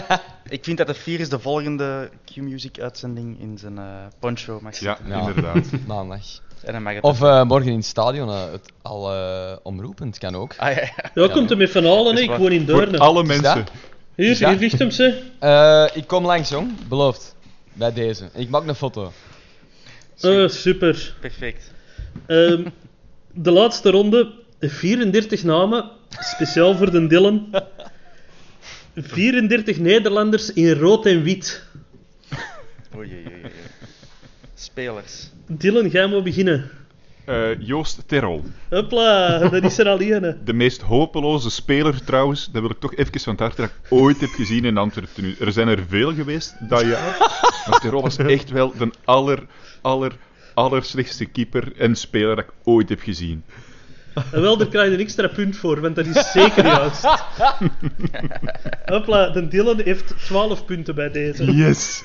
Ik vind dat de vier de volgende Q-Music-uitzending in zijn uh, poncho mag Ja, zitten. inderdaad. Maandag. En dan mag het Of uh, morgen in het stadion, uh, het al uh, omroepend, kan ook. Ah, ja, ja. Ja, komt hem even halen, hè. Ik woon in Deurne. Voor alle Is mensen. dat? Hier, Is dat? hier ligt hem, ze. Uh, ik kom langs, jong. Beloofd. Bij deze. Ik maak een foto. Oh, super. Perfect. Um, de laatste ronde, vierendertig namen, speciaal voor de Dylan. vierendertig Nederlanders in rood en wit. Oei, oei, oei, oei. Spelers. Dylan, ga maar beginnen. Uh, Joost Terrol. Hopla, dat is er al een. De meest hopeloze speler trouwens, dat wil ik toch even van het hart dat ik ooit heb gezien in Antwerpen. Nu, er zijn er veel geweest dat jaar, maar Terrol was echt wel de aller, aller, allerslechtste keeper en speler dat ik ooit heb gezien. En wel, daar krijg je een extra punt voor, want dat is zeker juist. Hopla, de Dylan heeft twaalf punten bij deze. Yes!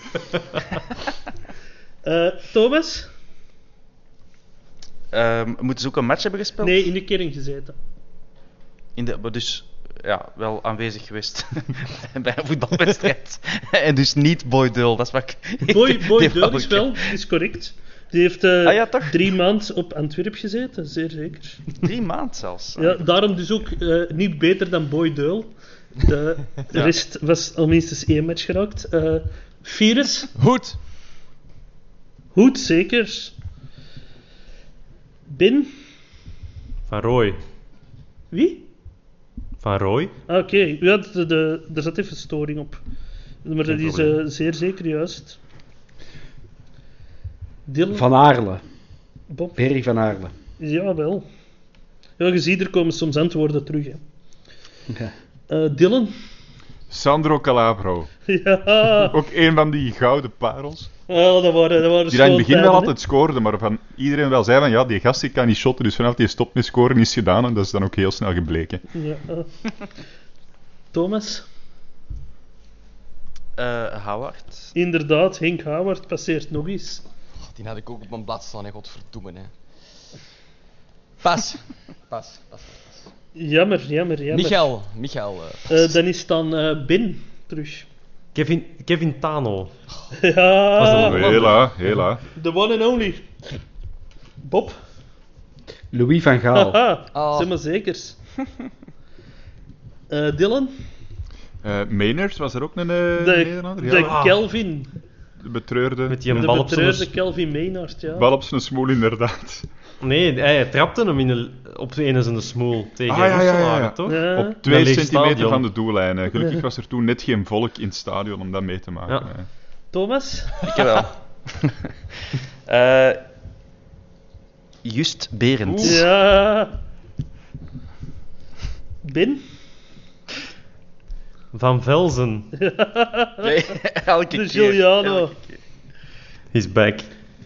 Uh, Thomas? Um, moeten ze ook een match hebben gespeeld? Nee, in de kern gezeten. In de, maar dus, ja, wel aanwezig geweest bij een voetbalwedstrijd. En dus niet Boy Dul, dat is wat ik... Boy, Boy die Dul is wel, is correct. Die heeft uh, ah, ja, toch? drie maanden op Antwerp gezeten, zeer zeker. Drie maanden zelfs? Ja, daarom dus ook uh, niet beter dan Boy Dul. De ja. rest was al minstens één match geraakt. Uh, Virus? Goed. Goed, zeker. Ben? Van Rooij. Wie? Van Rooij. Ah, oké. Okay. Ja, de, de, er zat even storing op. Maar dat is uh, zeer zeker juist. Dylan? Van Aarle. Bob? Perry van Aarle. Jawel. Ja, je ziet, er komen soms antwoorden terug. Hè. Okay. Uh, Dylan? Sandro Calabro. Ja. Ook een van die gouden parels. Wel, dat waren, dat waren die in het begin wel altijd hè? scoorde, maar van iedereen wel zei van ja, die gast die kan niet shotten, dus vanaf die stopt met scoren is gedaan en dat is dan ook heel snel gebleken. Ja. Uh. Thomas? Uh, Howard. Inderdaad, Henk Howard passeert nog eens. Oh, die had ik ook op mijn blad staan, hè. Godverdomme, hè. Pas. Pas, pas, pas. Jammer, jammer, jammer. Michael, Michael. Uh, uh, dan is dan uh, Ben terug. Kevin, Kevin Tano. Ja. Hela, hela. The one and only. Bob. Louis van Gaal. Haha, oh. Zeg maar zekers. uh, Dylan. Uh, Maynard was er ook een uh, de, Nederlander? De ja. Kelvin. De betreurde. Met die de bal betreurde op Kelvin Maynard, ja. Bal op zijn smoel, inderdaad. Nee, hij trapte hem in de, op de ene zijn smoel tegen ah, ja, ja, ja, ja. toch? Ja. Op twee centimeter stadion. van de doellijn. Gelukkig was er toen net geen volk in het stadion om dat mee te maken. Ja. Thomas? Ik wel. uh, Just Berend. Oeh. Ja. Ben? Van Velzen. Nee, elke de keer. Giuliano. Elke keer. He's back.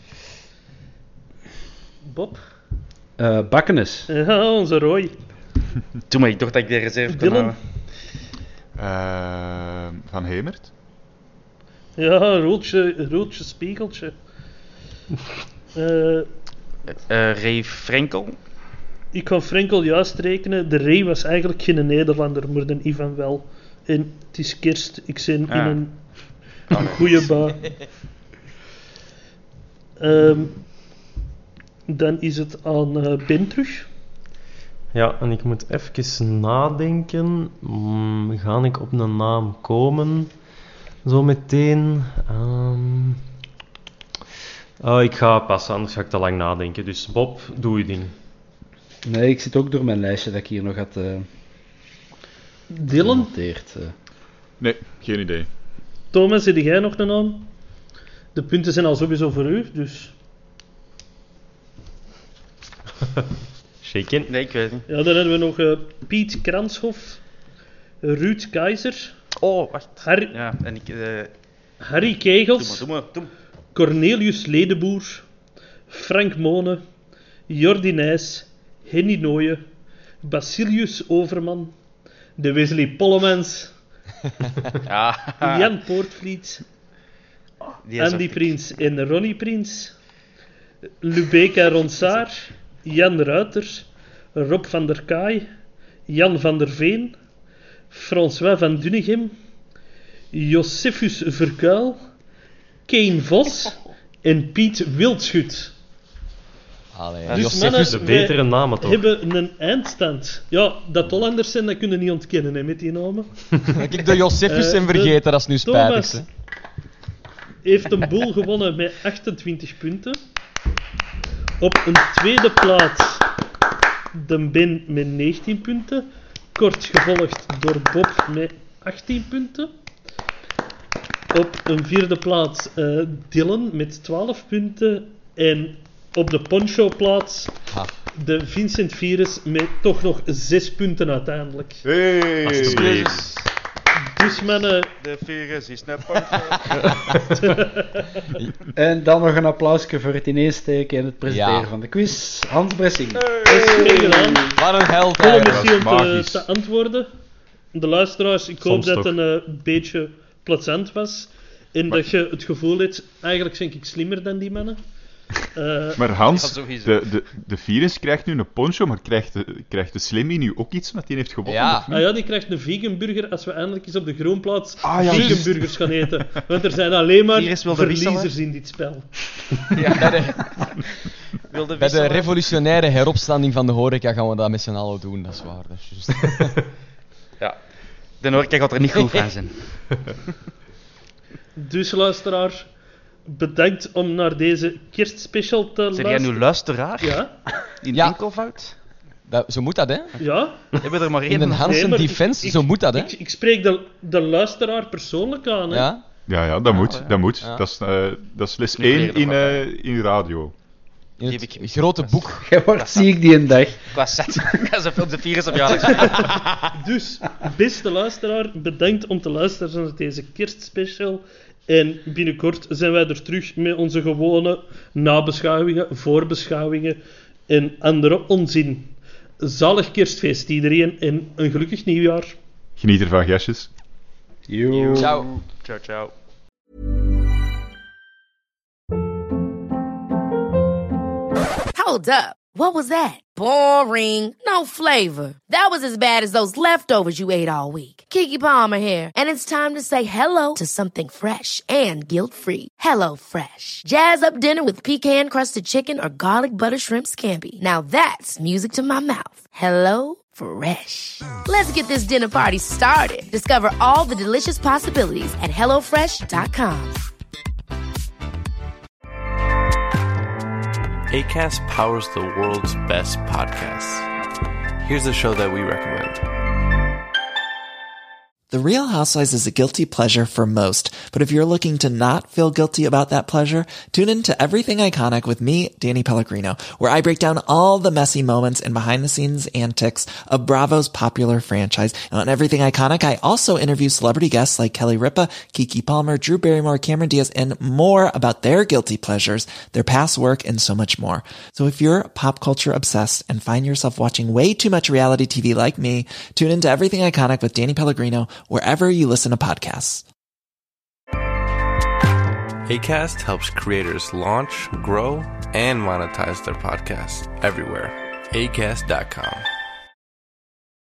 Bob? Uh, Bakkenes. Ja, onze Roy. Toen maar ik dacht dat ik de reserve kon Dylan? Uh, van Hemert. Ja, roodje, roodje spiegeltje. Uh, uh, Ray Frenkel. Ik kan Frenkel juist rekenen. De Ray was eigenlijk geen Nederlander, maar de Ivan wel. En het is kerst. Ik ben ah. in een, een goede baan. Um, dan is het aan uh, Ben terug. Ja, en ik moet even nadenken. Mm, ga ik op een naam komen? Zo meteen. Um... Oh, ik ga passen, anders ga ik te lang nadenken. Dus Bob, doe je ding. Nee, ik zit ook door mijn lijstje dat ik hier nog had uh, Dylan? genoteerd. Uh. Nee, geen idee. Thomas, heb jij nog een naam? De punten zijn al sowieso voor u, dus... Shaken? Nee, ik weet niet. Ja, dan hebben we nog uh, Piet Kranshoff, Ruud Keizer. Oh, wacht. Harry, ja, en ik, uh... Harry Kegels. Doe maar, doe maar, doe maar. Cornelius Ledeboer, Frank Mone, Jordi Nijs, Henny Nooyen, Basilius Overman, de Wesley Pollemans, ja. Jan Poortvliet, Andy Prins en Ronnie Prins, Lubeka Ronsaar, Jan Ruiter, Rob van der Kaai, Jan van der Veen, François van Dunnegem, Josephus Verkuil, Kane Vos en Piet Wildschut. Allee, Dus Josephus, mannen, de betere wij namen toch? hebben een eindstand. Ja, dat Hollanders zijn, dat kunnen niet ontkennen hè, met die namen. ik de Josephus Eh, zijn de vergeten, dat is nu spijtig. Thomas Hè. heeft een boel gewonnen met achtentwintig punten. Op een tweede plaats de Ben met negentien punten. Kort gevolgd door Bob met achttien punten. Op een vierde plaats uh, Dylan met twaalf punten. En op de poncho-plaats Ha. de Vincent Virus met toch nog zes punten uiteindelijk. Hey. Excuses. Dus mannen, De virus is net poncho. En dan nog een applausje voor het ineensteken en het presenteren Ja. van de quiz. Hans Bressing. dat is goed gedaan. Wat een held Volle eigenlijk. merci om te, magisch. te antwoorden. De luisteraars, ik hoop Soms dat toch. het een uh, beetje plezant was. En dat je het gevoel hebt, eigenlijk ben ik slimmer dan die mannen. Uh, Maar Hans, Ja, sowieso. de, de, de virus krijgt nu een poncho, maar krijgt de, krijgt de Slimmy nu ook iets omdat hij heeft gewonnen? Ja. of niet? ah ja, die krijgt een vegan burger als we eindelijk eens op de groenplaats Ah, ja, vegan juist. burgers gaan eten. Want er zijn alleen maar Virus wilde verliezers wisselen. in dit spel. Ja. Bij de, Wilde bij de wisselen. revolutionaire heropstanding van de horeca gaan we dat met z'n allen doen, dat is waar. Dat is juist. Ja. De horeca gaat er niet goed van zijn. Dus luisteraar, bedankt om naar deze kerstspecial te Zeg jij luisteren. nu luisteraar? Ja, In Ja. enkelvoud? Dat, zo moet dat, hè? ja. Hebben we er maar één? In een Hansen Nee, maar Defense, ik- zo moet dat, hè? Ik, ik spreek de, de luisteraar persoonlijk aan. Hè. Ja? Ja, ja, dat moet. ja. Dat, moet. Ja. Dat, is, eh, dat is les Nucleaire één in, partij. eh, in radio. In Die het heb ik- grote boek. Jij wordt ziek die een dag. Ik was zet. Ik ga zo op de virus op jou. Dus, beste luisteraar, bedankt om te luisteren naar deze kerstspecial. En binnenkort zijn wij er terug met onze gewone nabeschouwingen, voorbeschouwingen en andere onzin. Zalig kerstfeest iedereen en een gelukkig nieuwjaar. Geniet ervan, gastjes. Yo. Ciao. Ciao, ciao. Hold up. What was that? Boring. No flavor. That was as bad as those leftovers you ate all week. Keke Palmer here, and it's time to say hello to something fresh and guilt-free. Hello Fresh. Jazz up dinner with pecan-crusted chicken or garlic butter shrimp scampi. Now that's music to my mouth. Hello Fresh. Let's get this dinner party started. Discover all the delicious possibilities at hello fresh dot com. Acast powers the world's best podcasts. Here's a show that we recommend. The Real Housewives is a guilty pleasure for most, but if you're looking to not feel guilty about that pleasure, tune in to Everything Iconic with me, Danny Pellegrino, where I break down all the messy moments and behind-the-scenes antics of Bravo's popular franchise. And on Everything Iconic, I also interview celebrity guests like Kelly Ripa, Keke Palmer, Drew Barrymore, Cameron Diaz, and more about their guilty pleasures, their past work, and so much more. So if you're pop culture obsessed and find yourself watching way too much reality T V like me, tune into Everything Iconic with Danny Pellegrino, wherever you listen to podcasts. Acast helps creators launch, grow, and monetize their podcasts everywhere. acast dot com.